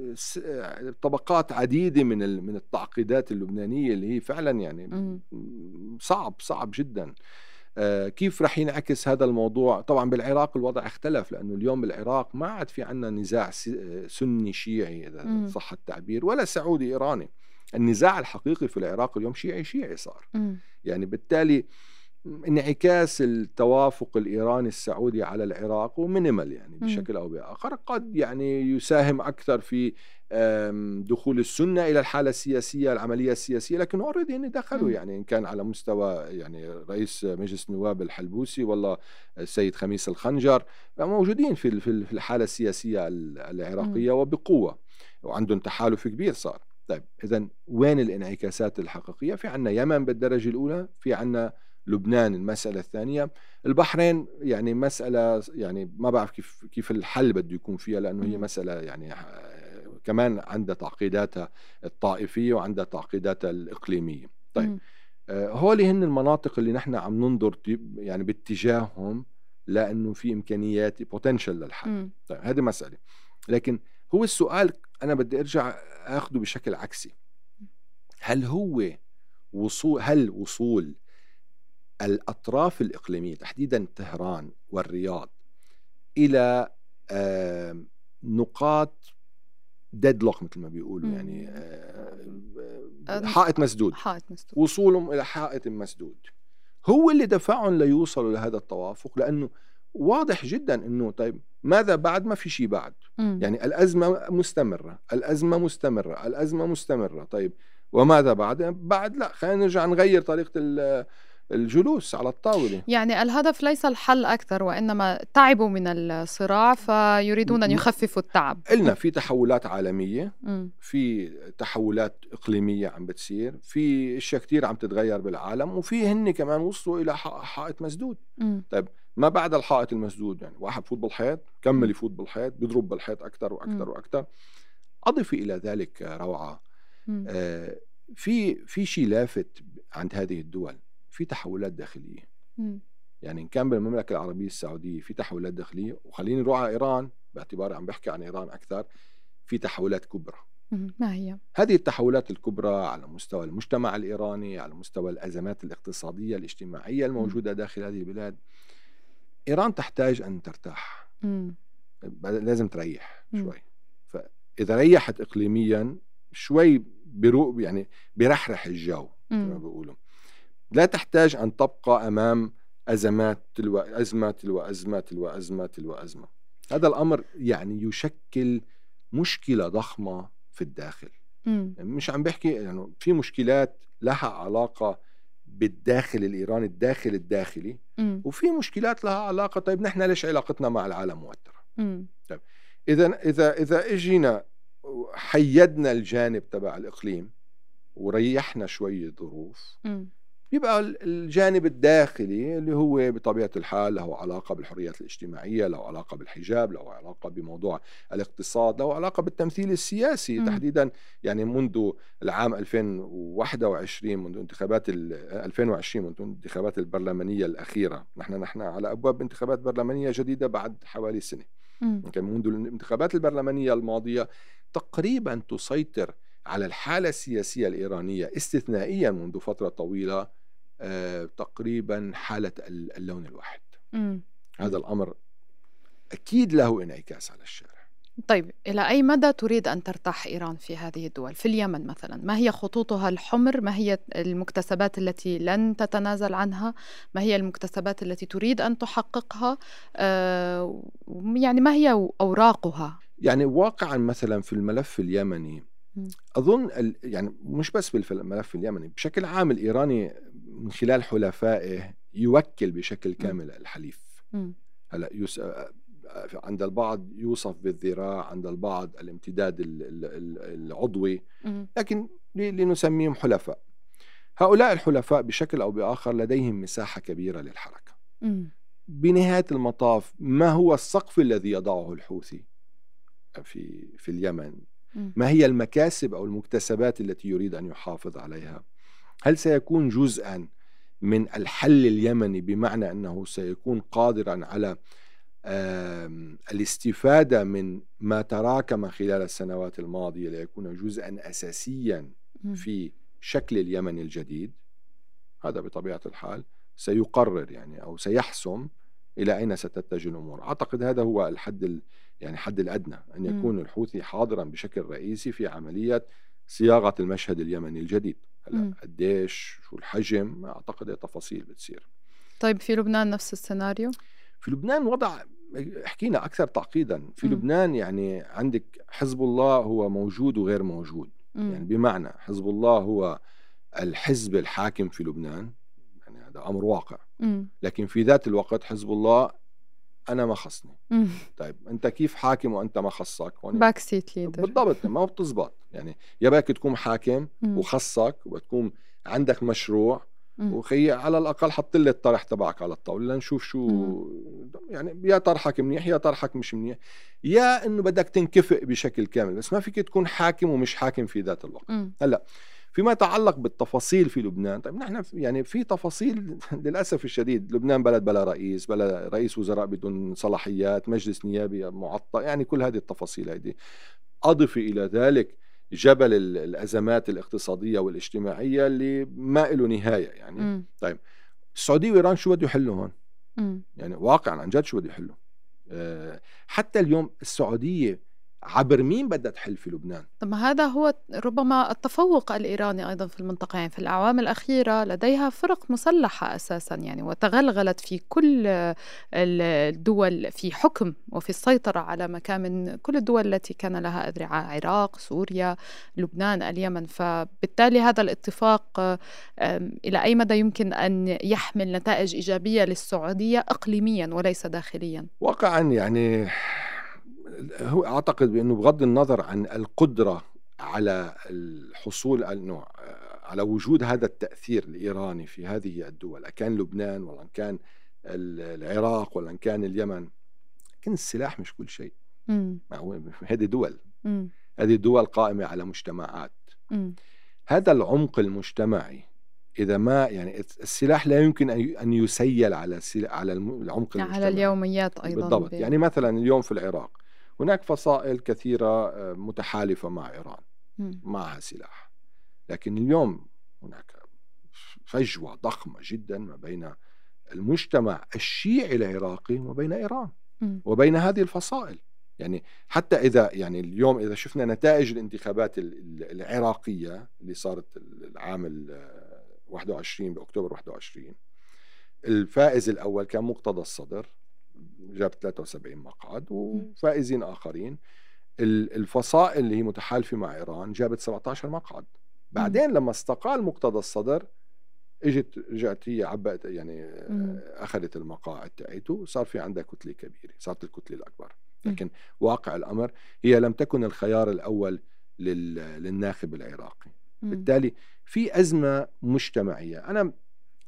طبقات عديدة من من التعقيدات اللبنانية اللي هي فعلا يعني صعب صعب جدا. كيف رح ينعكس هذا الموضوع؟ طبعا بالعراق الوضع اختلف، لأنه اليوم بالعراق ما عاد في عنا نزاع سني شيعي إذا صح التعبير، ولا سعودي إيراني. النزاع الحقيقي في العراق اليوم شيعي شيعي صار. يعني بالتالي انعكاس التوافق الإيراني السعودي على العراق ومينيمال يعني بشكل أو بآخر، قد يعني يساهم أكثر في دخول السنة إلى الحالة السياسية العملية السياسية، لكن أوريدي إن دخلوا م. يعني إن كان على مستوى يعني رئيس مجلس النواب الحلبوسي والله السيد خميس الخنجر موجودين في في الحالة السياسية العراقية م. وبقوة، وعندهم تحالف كبير صار. طيب إذن وين الانعكاسات الحقيقية؟ في عنا يمن بالدرجة الأولى، في عنا لبنان المسألة الثانية، البحرين يعني مسألة يعني ما بعرف كيف كيف الحل بده يكون فيها، لأنه هي مسألة يعني كمان عندها تعقيداتها الطائفية وعندها تعقيداتها الإقليمية. طيب هولي هن المناطق اللي نحن عم ننظر يعني باتجاههم لأنه في إمكانيات بوتنشل للحل. طيب هذه مسألة، لكن هو السؤال أنا بدي أرجع أخذه بشكل عكسي. هل هو وصول هل وصول الأطراف الإقليمية تحديدا طهران والرياض إلى نقاط ديدلوك مثل ما بيقولوا مم. يعني حائط مسدود. حائط مسدود وصولهم إلى حائط مسدود هو اللي دفعهم ليوصلوا لهذا التوافق، لأنه واضح جدا أنه طيب ماذا بعد؟ ما في شيء بعد. مم. يعني الأزمة مستمرة الأزمة مستمرة الأزمة مستمرة. طيب وماذا بعد؟ بعد لا خلينا نرجع نغير طريقة الجلوس على الطاولة. يعني الهدف ليس الحل أكثر، وإنما تعبوا من الصراع فيريدون أن يخففوا التعب. قلنا في تحولات عالمية، في تحولات إقليمية عم بتصير، في اشياء كتير عم تتغير بالعالم، وفي هن كمان وصلوا إلى حائط مسدود. م. طيب ما بعد الحائط المسدود؟ يعني واحد بفوت بالحيط كمل يفوت بالحيط بيضرب بالحيط أكثر وأكثر م. وأكثر. أضف إلى ذلك روعة آه في في شيء لافت عند هذه الدول، في تحولات داخلية. م. يعني إن كان بالمملكة العربية السعودية في تحولات داخلية، وخليني نروح على إيران باعتباري عم بحكي عن إيران أكثر، في تحولات كبرى. ما هي؟ هذه التحولات الكبرى على مستوى المجتمع الإيراني، على مستوى الأزمات الاقتصادية الاجتماعية الموجودة م. داخل هذه البلاد. إيران تحتاج أن ترتاح، م. لازم تريح م. شوي. فإذا ريحت إقليميا شوي بيروق يعني بيرحرح الجو كما بيقولوا. لا تحتاج أن تبقى أمام أزمات تلو أزمة تلو أزمة تلو أزمة تلو أزمة. هذا الأمر يعني يشكل مشكلة ضخمة في الداخل. م. مش عم بحكي يعني في مشكلات لها علاقة بالداخل الإيراني الداخل الداخلي م. وفي مشكلات لها علاقة طيب نحن ليش علاقتنا مع العالم موترة. طيب إذا إذا إذا إجينا حيدنا الجانب تبع الإقليم وريحنا شوية ظروف م. بيبقى الجانب الداخلي اللي هو بطبيعة الحال له علاقة بالحريات الاجتماعية، له علاقة بالحجاب، له علاقة بموضوع الاقتصاد، له علاقة بالتمثيل السياسي م. تحديدا. يعني منذ العام ألفين وواحد وعشرين، منذ انتخابات ألفين وعشرين، منذ انتخابات البرلمانية الأخيرة، نحن نحن على أبواب انتخابات برلمانية جديدة بعد حوالي سنة. يمكن منذ الانتخابات البرلمانية الماضية تقريبا تسيطر على الحالة السياسية الإيرانية استثنائيا منذ فترة طويلة آه، تقريبا حالة اللون الواحد. مم. هذا الأمر أكيد له انعكاس على الشارع. طيب، إلى أي مدى تريد أن ترتاح إيران في هذه الدول؟ في اليمن مثلا، ما هي خطوطها الحمر؟ ما هي المكتسبات التي لن تتنازل عنها؟ ما هي المكتسبات التي تريد أن تحققها؟ آه يعني ما هي أوراقها؟ يعني واقعا مثلا في الملف اليمني م. أظن يعني مش بس بالملف اليمني، بشكل عام الإيراني من خلال حلفائه يوكل بشكل كامل م. الحليف. هلا يس... عند البعض يوصف بالذراع، عند البعض الامتداد العضوي، لكن لنسميهم حلفاء. هؤلاء الحلفاء بشكل أو بآخر لديهم مساحة كبيرة للحركة. م. بنهاية المطاف ما هو السقف الذي يضعه الحوثي في في اليمن؟ ما هي المكاسب أو المكتسبات التي يريد أن يحافظ عليها؟ هل سيكون جزءا من الحل اليمني، بمعنى أنه سيكون قادرا على الاستفادة من ما تراكم خلال السنوات الماضية ليكون جزءا أساسيا في شكل اليمن الجديد؟ هذا بطبيعة الحال سيقرر يعني أو سيحسم إلى أين ستتجه الأمور. أعتقد هذا هو الحد يعني حد الأدنى، أن يكون الحوثي حاضرا بشكل رئيسي في عملية صياغة المشهد اليمني الجديد. هلا قديش، شو الحجم، أعتقد التفاصيل بتصير. طيب في لبنان نفس السيناريو؟ في لبنان وضع حكينا أكثر تعقيدا. في م. لبنان يعني عندك حزب الله هو موجود وغير موجود. م. يعني بمعنى حزب الله هو الحزب الحاكم في لبنان، يعني هذا أمر واقع. م. لكن في ذات الوقت حزب الله أنا ما خصني. م. طيب أنت كيف حاكم وأنت ما خصك؟ باك سيت ليدر. بالضبط، ما بتزبط. يعني يا باك تكون حاكم م. وخصك وتكون عندك مشروع، وخي على الأقل حط لي الطرح تبعك على الطاولة لنشوف شو م. يعني يا طرحك منيح يا طرحك مش منيح، يا إنه بدك تنكفئ بشكل كامل، بس ما فيك تكون حاكم ومش حاكم في ذات الوقت. م. هلأ فيما يتعلق بالتفاصيل في لبنان، طيب نحن يعني في تفاصيل للأسف الشديد. لبنان بلد بلا رئيس، بلا رئيس وزراء بدون صلاحيات، مجلس نيابي معطل، يعني كل هذه التفاصيل هذه. أضف إلى ذلك جبل الأزمات الاقتصادية والاجتماعية اللي ما له نهاية يعني. م. طيب السعودية وإيران شو بده يحلوا هون؟ م. يعني واقعا عن جد شو بده يحلوا؟ أه حتى اليوم السعودية عبر مين بدها تحل في لبنان؟ طب هذا هو ربما التفوق الإيراني أيضا في المنطقة. يعني في الأعوام الأخيرة لديها فرق مسلحة أساسا يعني، وتغلغلت في كل الدول في حكم وفي السيطرة على مكان من كل الدول التي كان لها أذرعة، عراق، سوريا، لبنان، اليمن. فبالتالي هذا الاتفاق إلى أي مدى يمكن أن يحمل نتائج إيجابية للسعودية إقليميا وليس داخليا؟ واقعا يعني هو أعتقد بأنه بغض النظر عن القدرة على الحصول على وجود هذا التأثير الإيراني في هذه الدول، كان لبنان ولا كان العراق ولا كان اليمن، كان السلاح مش كل شيء. هذه دول م. هذه دول قائمة على مجتمعات. م. هذا العمق المجتمعي إذا ما يعني السلاح لا يمكن أن يسيل على على العمق المجتمعي، على اليوميات أيضا. بالضبط. يعني مثلا اليوم في العراق هناك فصائل كثيرة متحالفة مع إيران م. معها سلاح، لكن اليوم هناك فجوة ضخمة جدا ما بين المجتمع الشيعي العراقي وما بين إيران م. وبين هذه الفصائل. يعني حتى إذا يعني اليوم إذا شفنا نتائج الانتخابات العراقية اللي صارت العام واحد وعشرين بأكتوبر واحد وعشرين، الفائز الأول كان مقتدى الصدر جاب ثلاثة وسبعين مقعد، وفائزين آخرين. الفصائل اللي هي متحالفة مع إيران جابت سبعة عشر مقعد. بعدين لما استقال مقتدى الصدر اجت رجعت هي عبأت يعني أخذت المقاعد تاعته، صار في عندها كتلة كبيرة، صارت الكتلة الأكبر. لكن واقع الأمر هي لم تكن الخيار الأول للناخب العراقي. بالتالي في أزمة مجتمعية. أنا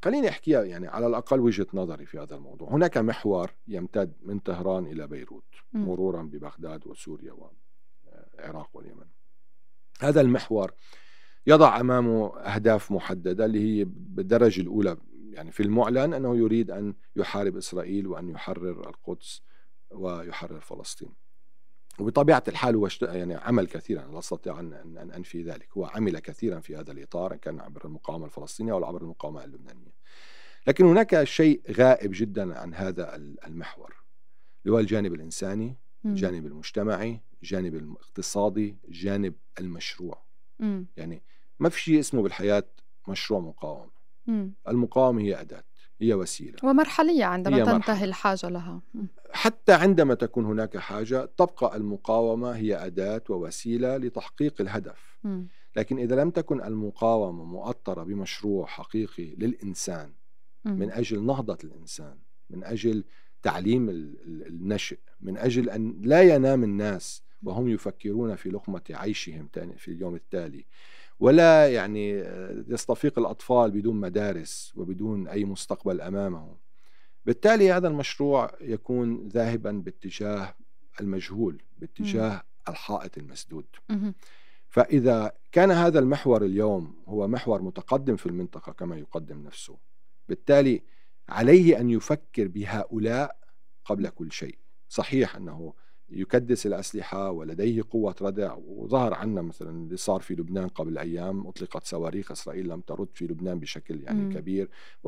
خليني أحكيها يعني على الأقل وجهة نظري في هذا الموضوع. هناك محور يمتد من طهران إلى بيروت مرورا ببغداد وسوريا والعراق واليمن. هذا المحور يضع أمامه أهداف محددة اللي هي بالدرجة الأولى يعني في المعلن أنه يريد أن يحارب إسرائيل وأن يحرر القدس ويحرر فلسطين. وبطبيعة الحال هو يعني عمل كثيرا، لا أستطيع أن أنفي ذلك، هو عمل كثيرا في هذا الإطار، كان عبر المقاومة الفلسطينية أو عبر المقاومة اللبنانية. لكن هناك شيء غائب جدا عن هذا المحور اللي هو الجانب الإنساني، الجانب المجتمعي، الجانب الاقتصادي، الجانب المشروع. م. يعني ما في شيء اسمه بالحياة مشروع مقاومة. م. المقاومة هي أداة، هي وسيلة ومرحلية عندما تنتهي مرحلة. الحاجة لها. م. حتى عندما تكون هناك حاجة تبقى المقاومة هي أداة ووسيلة لتحقيق الهدف. م. لكن إذا لم تكن المقاومة مؤطرة بمشروع حقيقي للإنسان م. من أجل نهضة الإنسان، من أجل تعليم النشء، من أجل أن لا ينام الناس وهم يفكرون في لقمة عيشهم في اليوم التالي، ولا يعني يستفيق الأطفال بدون مدارس وبدون أي مستقبل أمامهم، بالتالي هذا المشروع يكون ذاهبا باتجاه المجهول، باتجاه م. الحائط المسدود. م. فإذا كان هذا المحور اليوم هو محور متقدم في المنطقة كما يقدم نفسه، بالتالي عليه أن يفكر بهؤلاء قبل كل شيء. صحيح أنه يكدس الأسلحة ولديه قوة ردع، وظهر عنا مثلا اللي صار في لبنان قبل أيام، أطلقت صواريخ إسرائيل لم ترد في لبنان بشكل يعني م. كبير،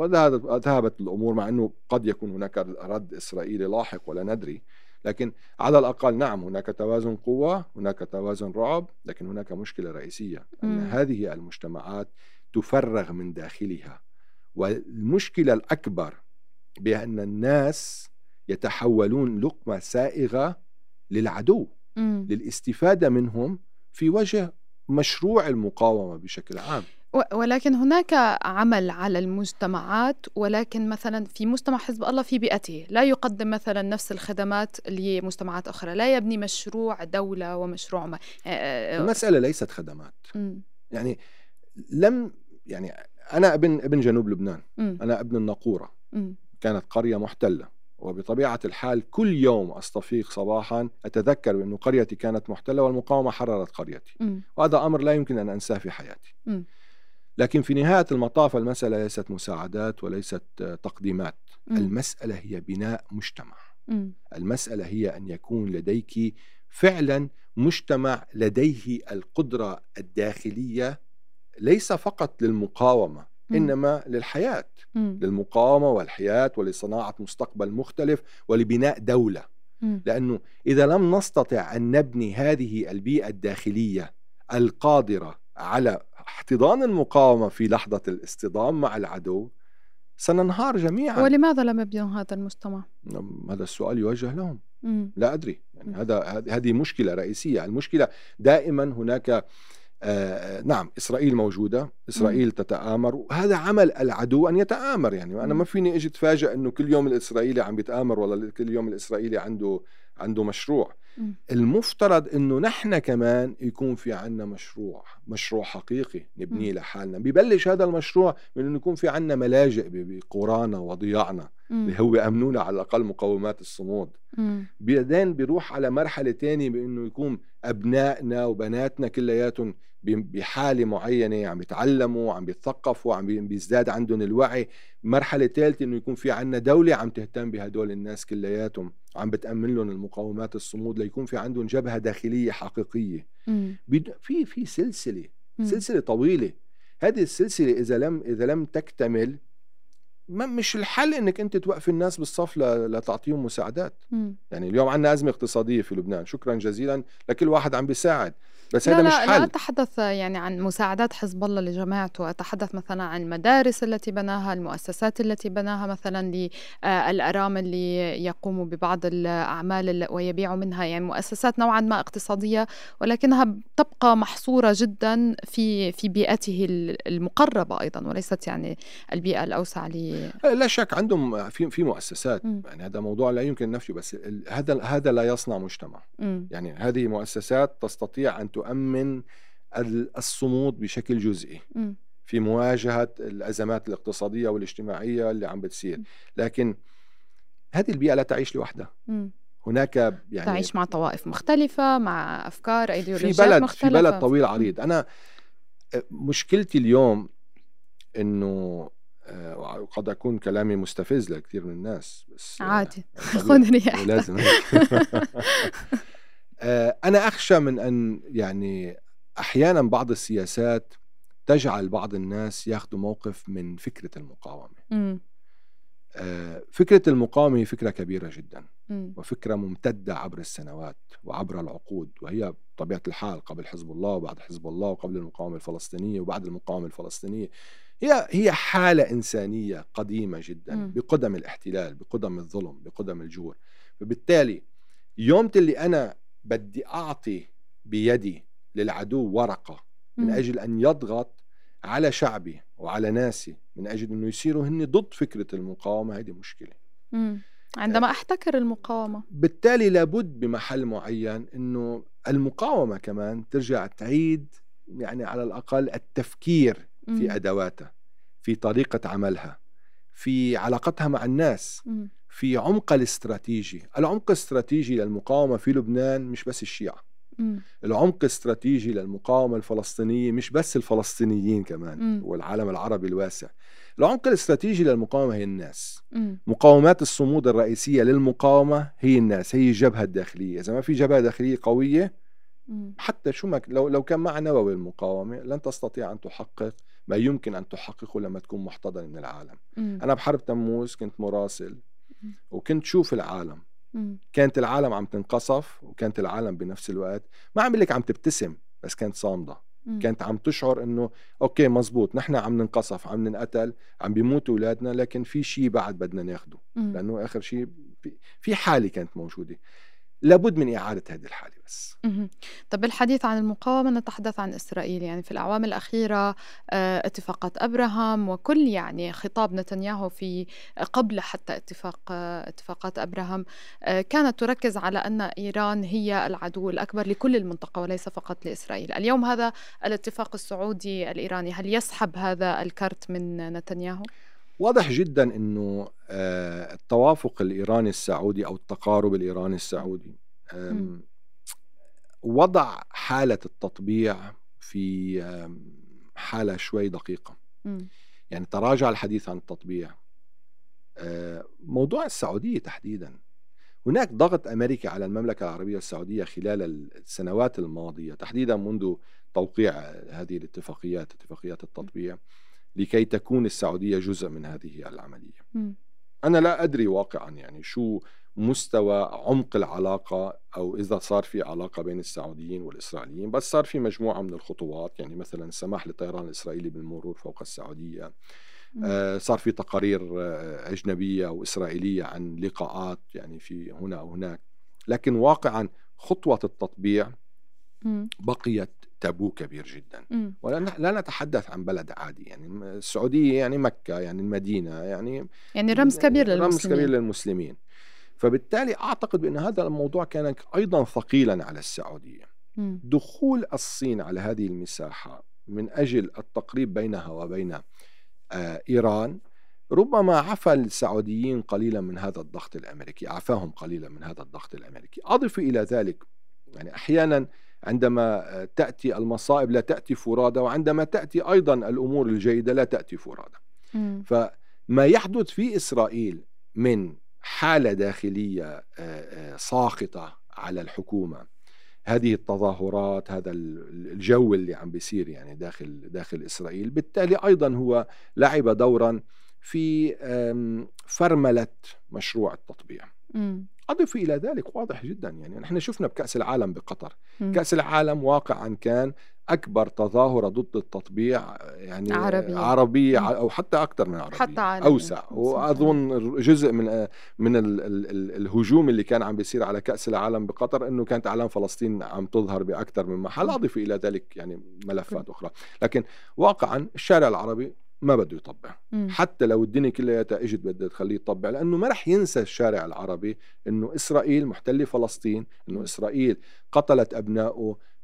وذهبت الأمور، مع أنه قد يكون هناك رد إسرائيلي لاحق ولا ندري، لكن على الأقل نعم هناك توازن قوة، هناك توازن رعب، لكن هناك مشكلة رئيسية أن م. هذه المجتمعات تفرغ من داخلها. والمشكلة الأكبر بأن الناس يتحولون لقمة سائغة للعدو م. للاستفادة منهم في وجه مشروع المقاومة بشكل عام. ولكن هناك عمل على المجتمعات، ولكن مثلا في مجتمع حزب الله في بيئته لا يقدم مثلا نفس الخدمات لمجتمعات أخرى، لا يبني مشروع دولة ومشروع ما. المسألة ليست خدمات. م. يعني لم يعني أنا ابن ابن جنوب لبنان، م. أنا ابن الناقورة، م. كانت قرية محتلة، وبطبيعة الحال كل يوم أستفيق صباحا أتذكر بأن قريتي كانت محتلة والمقاومة حررت قريتي، م. وهذا أمر لا يمكن أن أنساه في حياتي. م. لكن في نهاية المطاف المسألة ليست مساعدات وليست تقديمات. م. المسألة هي بناء مجتمع. م. المسألة هي أن يكون لديك فعلا مجتمع لديه القدرة الداخلية ليس فقط للمقاومة م. إنما للحياة، م. للمقاومة والحياة ولصناعة مستقبل مختلف ولبناء دولة. م. لأنه إذا لم نستطع أن نبني هذه البيئة الداخلية القادرة على احتضان المقاومة في لحظة الاصطدام مع العدو سننهار جميعا. ولماذا لم يبنوا هذا المجتمع؟ هذا السؤال يوجه لهم. م. لا أدري يعني هذا هذه مشكلة رئيسية. المشكلة دائما هناك آه نعم إسرائيل موجودة، إسرائيل م. تتآمر، وهذا عمل العدو أن يتآمر. يعني أنا ما فيني أجي أتفاجأ أنه كل يوم الإسرائيلي عم بيتآمر ولا كل يوم الإسرائيلي عنده عنده مشروع. م. المفترض أنه نحن كمان يكون في عنا مشروع مشروع حقيقي نبنيه م. لحالنا. بيبلش هذا المشروع من أنه يكون في عنا ملاجئ بقرانا وضياعنا اللي هو أمنونا على الأقل مقومات الصمود. بعدين بيروح على مرحلة تانية بأنه يكون أبنائنا وبناتنا كلياتهم بحالة معينة عم بيتعلموا، عم بيتثقفوا، عم بيزداد عندهم الوعي. مرحلة ثالثة إنه يكون في عنا دولة عم تهتم بهدول الناس كلياتهم، عم بتأمن لهم المقومات الصمود ليكون في عندهم جبهة داخلية حقيقية. في في سلسلة م. سلسلة طويلة. هذه السلسلة إذا لم إذا لم تكتمل ما مش الحل انك انت توقف الناس بالصف لتعطيهم مساعدات. م. يعني اليوم عندنا ازمه اقتصاديه في لبنان، شكرا جزيلا لكل واحد عم بيساعد، بس هذا مش حل. لا أتحدث يعني عن مساعدات حزب الله لجماعته، أتحدث مثلا عن المدارس التي بناها، المؤسسات التي بناها مثلا للأرامل اللي يقوموا ببعض الأعمال ويبيعوا منها، يعني مؤسسات نوعا ما اقتصادية ولكنها تبقى محصورة جدا في في بيئته المقربة أيضا، وليست يعني البيئة الأوسع. لي لا شك عندهم في في مؤسسات، م. يعني هذا موضوع لا يمكن نفيه، بس هذا هذا لا يصنع مجتمع. م. يعني هذه مؤسسات تستطيع أن تؤمن الصمود بشكل جزئي. م. في مواجهة الأزمات الاقتصادية والاجتماعية اللي عم بتصير. لكن هذه البيئة لا تعيش لوحدها. م. هناك يعني تعيش مع طوائف مختلفة، مع أفكار أيديولوجيات في بلد مختلفة، في بلد طويل عريض. أنا مشكلتي اليوم إنه وقد أكون كلامي مستفز لكثير من الناس، بس عادي خذني لازم أنا أخشى من أن يعني أحيانا بعض السياسات تجعل بعض الناس ياخذوا موقف من فكرة المقاومة. م. فكرة المقاومة فكرة كبيرة جدا م. وفكرة ممتدة عبر السنوات وعبر العقود، وهي بطبيعة الحال قبل حزب الله وبعد حزب الله وقبل المقاومة الفلسطينية وبعد المقاومة الفلسطينية، هي هي حالة إنسانية قديمة جدا م. بقدم الاحتلال، بقدم الظلم، بقدم الجور. فبالتالي يوم اللي أنا بدي أعطي بيدي للعدو ورقة من أجل أن يضغط على شعبي وعلى ناسي من أجل أنه يصيروا هن ضد فكرة المقاومة، هذه مشكلة. مم. عندما أحتكر المقاومة، بالتالي لابد بمحل معين أنه المقاومة كمان ترجع تعيد يعني على الأقل التفكير مم. في أدواتها، في طريقة عملها، في علاقتها مع الناس، مم. في عمق الاستراتيجي. العمق الاستراتيجي للمقاومة في لبنان مش بس الشيعة، مم. العمق الاستراتيجي للمقاومة الفلسطينية مش بس الفلسطينيين كمان مم. والعالم العربي الواسع. العمق الاستراتيجي للمقاومة هي الناس. مم. مقاومات الصمود الرئيسية للمقاومة هي الناس، هي الجبهة الداخلية. إذا ما في جبهة داخلية قوية، مم. حتى شو ما لو لو كان مع نووي المقاومة لن تستطيع أن تحقق ما يمكن أن تحققه لما تكون محتضنة من العالم. مم. أنا بحرب تموز كنت مراسل وكنت شوف العالم، مم. كانت العالم عم تنقصف وكانت العالم بنفس الوقت ما عم لك عم تبتسم، بس كانت صامدة. مم. كانت عم تشعر انه اوكي مزبوط، نحن عم ننقصف، عم ننقتل، عم بيموتوا اولادنا، لكن في شيء بعد بدنا ناخده، لانه اخر شيء في حالة كانت موجودة. لابد من إعادة هذه الحالة بس. مم. طب بالحديث عن المقاومة نتحدث عن إسرائيل. يعني في الأعوام الأخيرة اتفاقات أبراهام وكل يعني خطاب نتنياهو في قبل حتى اتفاق اتفاقات أبراهام كانت تركز على أن إيران هي العدو الأكبر لكل المنطقة وليس فقط لإسرائيل. اليوم هذا الاتفاق السعودي الإيراني هل يسحب هذا الكرت من نتنياهو؟ واضح جدا أنه التوافق الإيراني السعودي أو التقارب الإيراني السعودي وضع حالة التطبيع في حالة شوي دقيقة. م. يعني تراجع الحديث عن التطبيع. موضوع السعودية تحديدا، هناك ضغط أمريكي على المملكة العربية السعودية خلال السنوات الماضية تحديدا منذ توقيع هذه الاتفاقيات، اتفاقيات التطبيع، لكي تكون السعودية جزء من هذه العملية. م. أنا لا أدري واقعا يعني شو مستوى عمق العلاقة أو إذا صار في علاقة بين السعوديين والإسرائيليين، بس صار في مجموعة من الخطوات. يعني مثلا السماح للطيران الإسرائيلي بالمرور فوق السعودية، آه صار في تقارير آه أجنبية أو إسرائيلية عن لقاءات يعني في هنا أو هناك، لكن واقعا خطوة التطبيع م. بقيت تابو كبير جدا. ولا لا نتحدث عن بلد عادي، يعني السعودية يعني مكة، يعني المدينة، يعني يعني رمز كبير للمسلمين، رمز كبير للمسلمين. فبالتالي أعتقد بأن هذا الموضوع كان أيضا ثقيلا على السعودية. م. دخول الصين على هذه المساحة من أجل التقريب بينها وبين آه إيران ربما عفى السعوديين قليلا من هذا الضغط الأمريكي، عفاهم قليلا من هذا الضغط الأمريكي. أضف إلى ذلك يعني أحيانا عندما تأتي المصائب لا تأتي فرادى، وعندما تأتي أيضا الأمور الجيدة لا تأتي فرادى. م. فما يحدث في إسرائيل من حالة داخلية ساخطة على الحكومة، هذه التظاهرات، هذا الجو اللي عم بيصير يعني داخل داخل إسرائيل، بالتالي أيضا هو لعب دورا في فرملة مشروع التطبيع. م. أضف إلى ذلك واضح جدا يعني نحن شفنا بكأس العالم بقطر، م. كأس العالم واقعا كان أكبر تظاهرة ضد التطبيع يعني عربية, عربية أو حتى أكثر من عربية، حتى عالمية. أوسع. وأظن جزء من من ال ال ال الهجوم اللي كان عم بيصير على كأس العالم بقطر أنه كانت أعلام فلسطين عم تظهر بأكثر من محل. أضف إلى ذلك يعني ملفات أخرى، لكن واقعا الشارع العربي ما بده يطبع. م. حتى لو الدنيا كلها اجت بدها تخليه يطبع، لانه ما رح ينسى الشارع العربي انه اسرائيل محتله فلسطين، انه اسرائيل قتلت ابنائه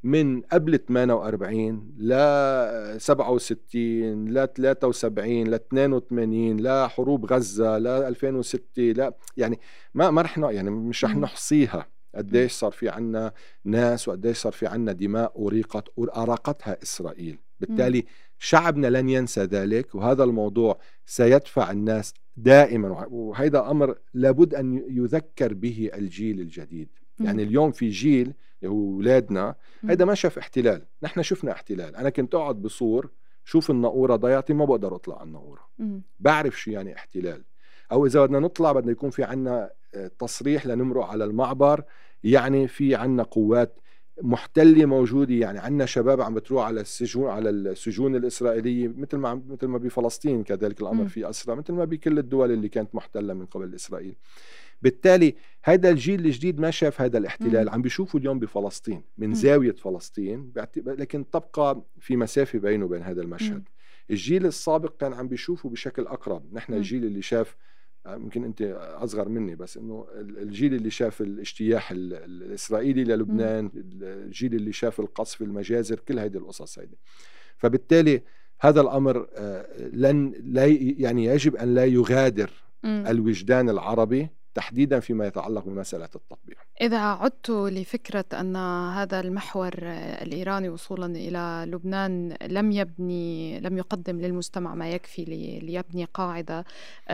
من قبل ثمانية وأربعين ل سبعة وستين ل ثلاثة وسبعين ل اثنين وثمانين لا حروب غزة لا ألفين وستة لا يعني ما ما رح يعني مش رح نحصيها قديش صار في عنا ناس وقديش صار في عنا دماء أريقت أراقتها إسرائيل. بالتالي شعبنا لن ينسى ذلك، وهذا الموضوع سيدفع الناس دائما، وهذا أمر لابد أن يذكر به الجيل الجديد. يعني اليوم في جيل اللي هو أولادنا هيدا ما شاف احتلال، نحن شفنا احتلال. أنا كنت أقعد بصور شوف الناقورة ضيعتي ما بقدر أطلع على الناقورة، بعرف شو يعني احتلال. أو إذا بدنا نطلع بدنا يكون في عنا تصريح لنمرق على المعبر، يعني في عنا قوات محتلة موجودة، يعني عنا شباب عم بتروح على السجون على السجون الإسرائيلية مثل ما مثل ما بفلسطين كذلك الأمر في أسرى، مثل ما بكل الدول اللي كانت محتلة من قبل إسرائيل. بالتالي هذا الجيل الجديد ما شاف هذا الاحتلال، عم بيشوفوا اليوم بفلسطين من زاوية فلسطين، لكن تبقى في مسافة بينه وبين هذا المشهد. الجيل السابق كان عم بيشوفه بشكل أقرب. نحن الجيل اللي شاف، يمكن أنت أصغر مني، بس إنه الجيل اللي شاف الاجتياح الإسرائيلي للبنان، الجيل اللي شاف القصف المجازر، كل هذه القصص هذه. فبالتالي هذا الأمر لن لا يعني يجب أن لا يغادر الوجدان العربي تحديدا فيما يتعلق بمسألة التطبيع. إذا عدت لفكرة أن هذا المحور الإيراني وصولا إلى لبنان لم يبني لم يقدم للمجتمع ما يكفي ليبني قاعدة،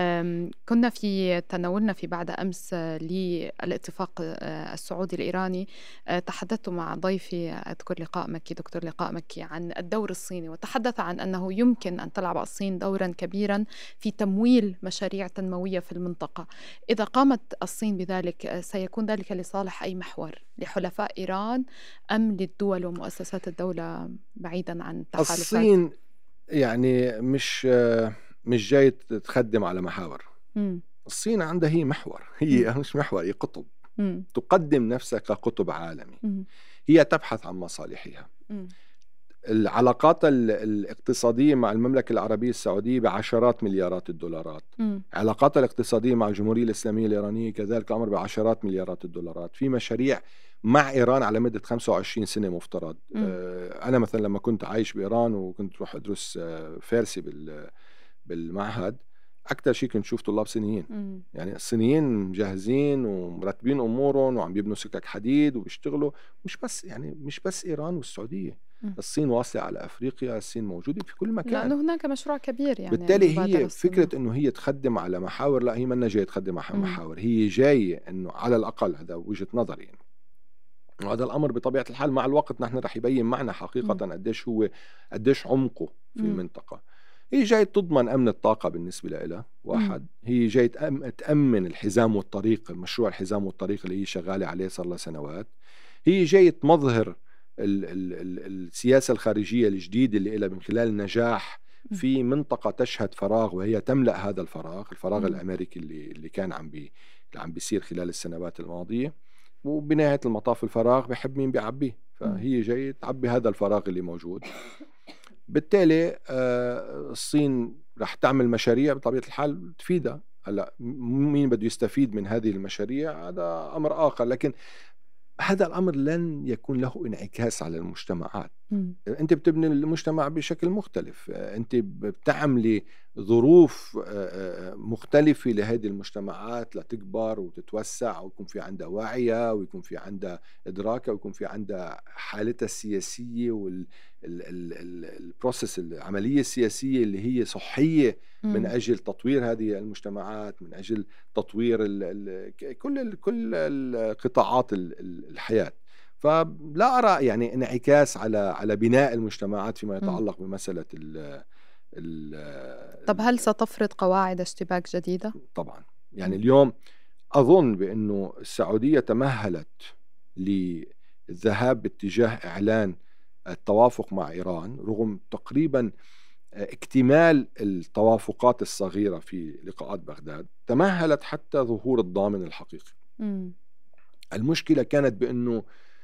كنا في تناولنا في بعد أمس للاتفاق السعودي الإيراني، تحدثت مع ضيفي دكتور لقاء مكي دكتور لقاء مكي عن الدور الصيني، وتحدث عن أنه يمكن أن تلعب الصين دورا كبيرا في تمويل مشاريع تنموية في المنطقة. إذا قامت الصين بذلك سيكون ذلك لصالح أي محور، لحلفاء إيران أم للدول ومؤسسات الدولة بعيدا عن التحالفات؟ الصين يعني مش مش جاي تخدم على محاور. م. الصين عندها هي محور، هي م. مش محور، هي قطب. م. تقدم نفسها كقطب عالمي. م. هي تبحث عن مصالحها. م. العلاقات الاقتصادية مع المملكة العربية السعودية بعشرات مليارات الدولارات. م. علاقات الاقتصادية مع الجمهورية الإسلامية الإيرانية كذلك أمر بعشرات مليارات الدولارات. في مشاريع مع إيران على مدة خمسة وعشرين سنة مفترض. م. أنا مثلا لما كنت عايش بإيران وكنت روح أدرس فارسي بالمعهد، أكتر شيء كنت شوف طلاب صينيين. م. يعني الصينيين مجهزين ومرتبين أمورهم وعم يبنوا سكك حديد وبيشتغلوا. مش بس يعني مش بس إيران والسعودية، الصين واصلة على أفريقيا، الصين موجودة في كل مكان، لأنه هناك مشروع كبير. يعني بالتالي هي فكرة أنه هي تخدم على محاور، لا، هي منا جاية تخدم على محاور، هي جاية أنه على الأقل، هذا وجهة نظري يعني. وهذا الأمر بطبيعة الحال مع الوقت نحن رح يبين معنا حقيقة قديش هو قديش عمقه في م. المنطقة. هي جاي تضمن أمن الطاقة بالنسبة لها واحد. م. هي جاي تأمن الحزام والطريق، مشروع الحزام والطريق اللي هي شغالة عليه صار لها سنوات. هي جاي تمظهر ال ال ال السياسة الخارجية الجديدة اللي إلها من خلال نجاح في منطقة تشهد فراغ، وهي تملأ هذا الفراغ، الفراغ م. الأمريكي اللي اللي كان عم بي اللي عم بيصير خلال السنوات الماضية. وبنهاية المطاف الفراغ بحب مين بيعبيه، فهي جاي تعبي هذا الفراغ اللي موجود. بالتالي آه الصين رح تعمل مشاريع بطبيعة الحال تفيدها. هلا مين بده يستفيد من هذه المشاريع هذا أمر آخر، لكن هذا الأمر لن يكون له انعكاس على المجتمعات. م. أنت بتبني المجتمع بشكل مختلف، أنت بتعملي ظروف مختلفة لهذه المجتمعات لتكبر وتتوسع ويكون في عندها وعيها ويكون في عندها إدراكها ويكون في عندها حالتها السياسية والبروسيس العملية السياسية اللي هي صحية من أجل تطوير هذه المجتمعات، من أجل تطوير ال ال كل ال كل القطاعات الحياة. فلا أرى يعني انعكاس على على بناء المجتمعات فيما يتعلق بمسألة ال ال طب هل ستفرض قواعد اشتباك جديدة؟ طبعا. يعني اليوم أظن بأنه السعودية تمهلت للذهاب باتجاه إعلان التوافق مع إيران رغم تقريبا اكتمال التوافقات الصغيرة في لقاءات بغداد. تمهلت حتى ظهور الضامن الحقيقي. م. المشكلة كانت بأنه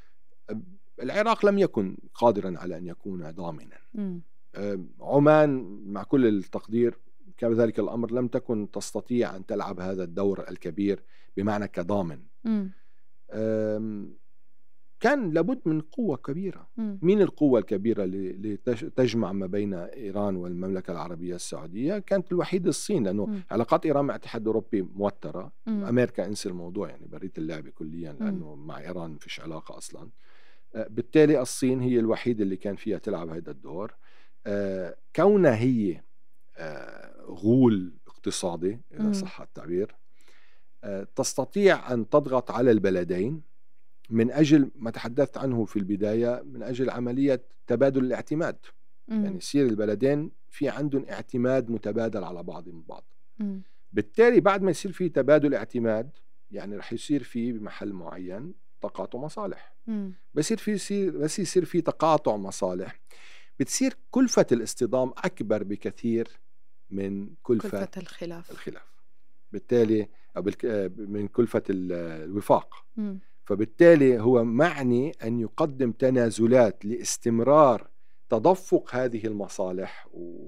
العراق لم يكن قادرا على أن يكون ضامنا. م. عمان مع كل التقدير كذلك الأمر لم تكن تستطيع أن تلعب هذا الدور الكبير بمعنى كضامن. م. كان لابد من قوة كبيرة. م. مين القوة الكبيرة اللي تجمع ما بين إيران والمملكة العربية السعودية؟ كانت الوحيد الصين، لأنه م. علاقات إيران مع الاتحاد الأوروبي موترة. م. أمريكا انسى الموضوع، يعني بريت اللعبة كليا، م. لأنه مع إيران ما فيش علاقة أصلا. آه، بالتالي الصين هي الوحيدة اللي كان فيها تلعب هذا الدور. آه، كونها هي آه، غول اقتصادي إذا م. صح التعبير، آه، تستطيع أن تضغط على البلدين من أجل ما تحدثت عنه في البداية، من أجل عملية تبادل الاعتماد. م. يعني يصير البلدين في عندهم اعتماد متبادل على بعضهم البعض. م. بالتالي بعد ما يصير في تبادل اعتماد، يعني رح يصير في بمحل معين تقاطع مصالح. م. بس يصير في بس يصير في تقاطع مصالح، بتصير كلفة الاصطدام أكبر بكثير من كلفة, كلفة الخلاف. الخلاف بالتالي أو بالك... من كلفة الوفاق. م. فبالتالي هو معني أن يقدم تنازلات لاستمرار تدفق هذه المصالح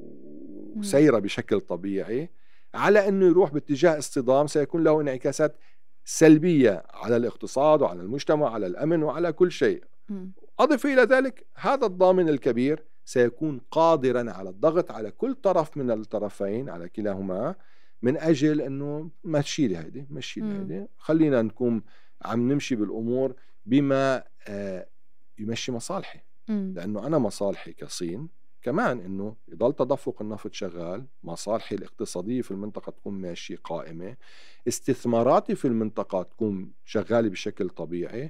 وسيرة بشكل طبيعي، على أنه يروح باتجاه اصطدام سيكون له انعكاسات سلبية على الاقتصاد وعلى المجتمع وعلى الأمن وعلى كل شيء. م. أضف إلى ذلك هذا الضامن الكبير سيكون قادرا على الضغط على كل طرف من الطرفين، على كلاهما، من أجل أنه ما تشيلي هيدي ما تشيلي هيدي، خلينا نكون عم نمشي بالأمور بما آه يمشي مصالحي. م. لأنه أنا مصالحي كصين كمان أنه يضل تدفق النفط شغال، مصالحي الاقتصادية في المنطقة تكون ماشية قائمة، استثماراتي في المنطقة تكون شغالة بشكل طبيعي،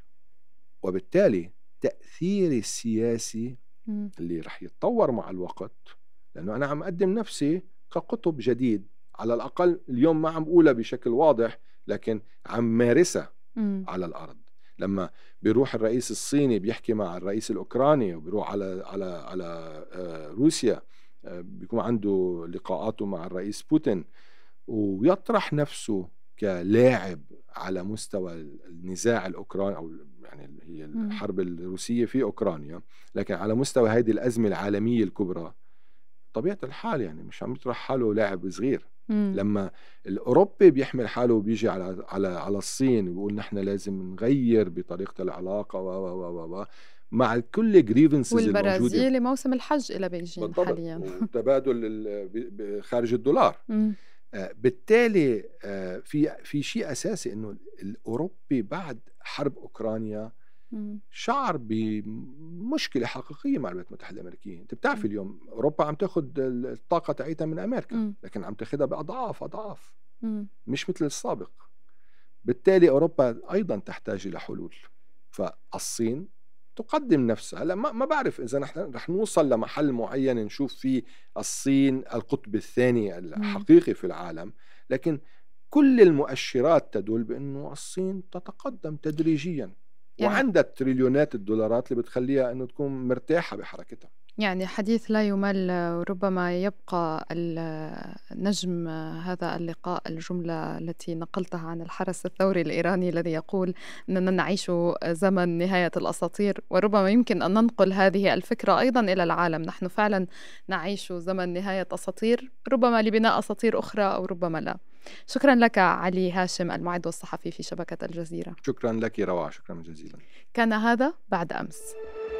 وبالتالي تأثيري السياسي م. اللي رح يتطور مع الوقت، لأنه أنا عم أقدم نفسي كقطب جديد، على الأقل اليوم ما عم بقولها بشكل واضح لكن عم مارسها م. على الأرض. لما بيروح الرئيس الصيني بيحكي مع الرئيس الأوكراني وبيروح على على على روسيا، بيكون عنده لقاءاته مع الرئيس بوتين، ويطرح نفسه كلاعب على مستوى النزاع الأوكراني أو يعني هي الحرب الروسية في أوكرانيا، لكن على مستوى هذه الأزمة العالمية الكبرى، طبيعة الحال يعني مش عم يطرح حاله لاعب صغير. مم. لما الأوروبي بيحمل حاله وبيجي على على على الصين ويقول نحن لازم نغير بطريقة العلاقة و و و مع كل جريفنسز الموجودة، والبرازيل موسم الحج إلى بيجين حاليا وتبادل خارج الدولار. مم. بالتالي في في شيء أساسي إنه الأوروبي بعد حرب أوكرانيا شعر بمشكلة حقيقية مع الولايات المتحدة الأمريكية. أنت بتعرف اليوم أوروبا عم تأخذ الطاقة تاعتها من أمريكا، م. لكن عم تأخذها بأضعاف أضعاف، م. مش مثل السابق. بالتالي أوروبا أيضا تحتاج إلى حلول. فالصين تقدم نفسها. هلا ما بعرف إذا نحن رح نوصل لمحل معين نشوف فيه الصين القطب الثاني الحقيقي في العالم، لكن كل المؤشرات تدل بأنه الصين تتقدم تدريجيا، يعني وعندها تريليونات الدولارات اللي بتخليها أنه تكون مرتاحة بحركتها. يعني حديث لا يمل، وربما يبقى النجم هذا اللقاء الجملة التي نقلتها عن الحرس الثوري الإيراني الذي يقول أننا نعيش زمن نهاية الأساطير، وربما يمكن أن ننقل هذه الفكرة أيضا إلى العالم. نحن فعلا نعيش زمن نهاية أساطير، ربما لبناء أساطير أخرى أو ربما لا. شكرا لك علي هاشم، المعد والصحفي في شبكة الجزيرة. شكرا لك روعة، شكرا جزيلا. كان هذا بعد أمس.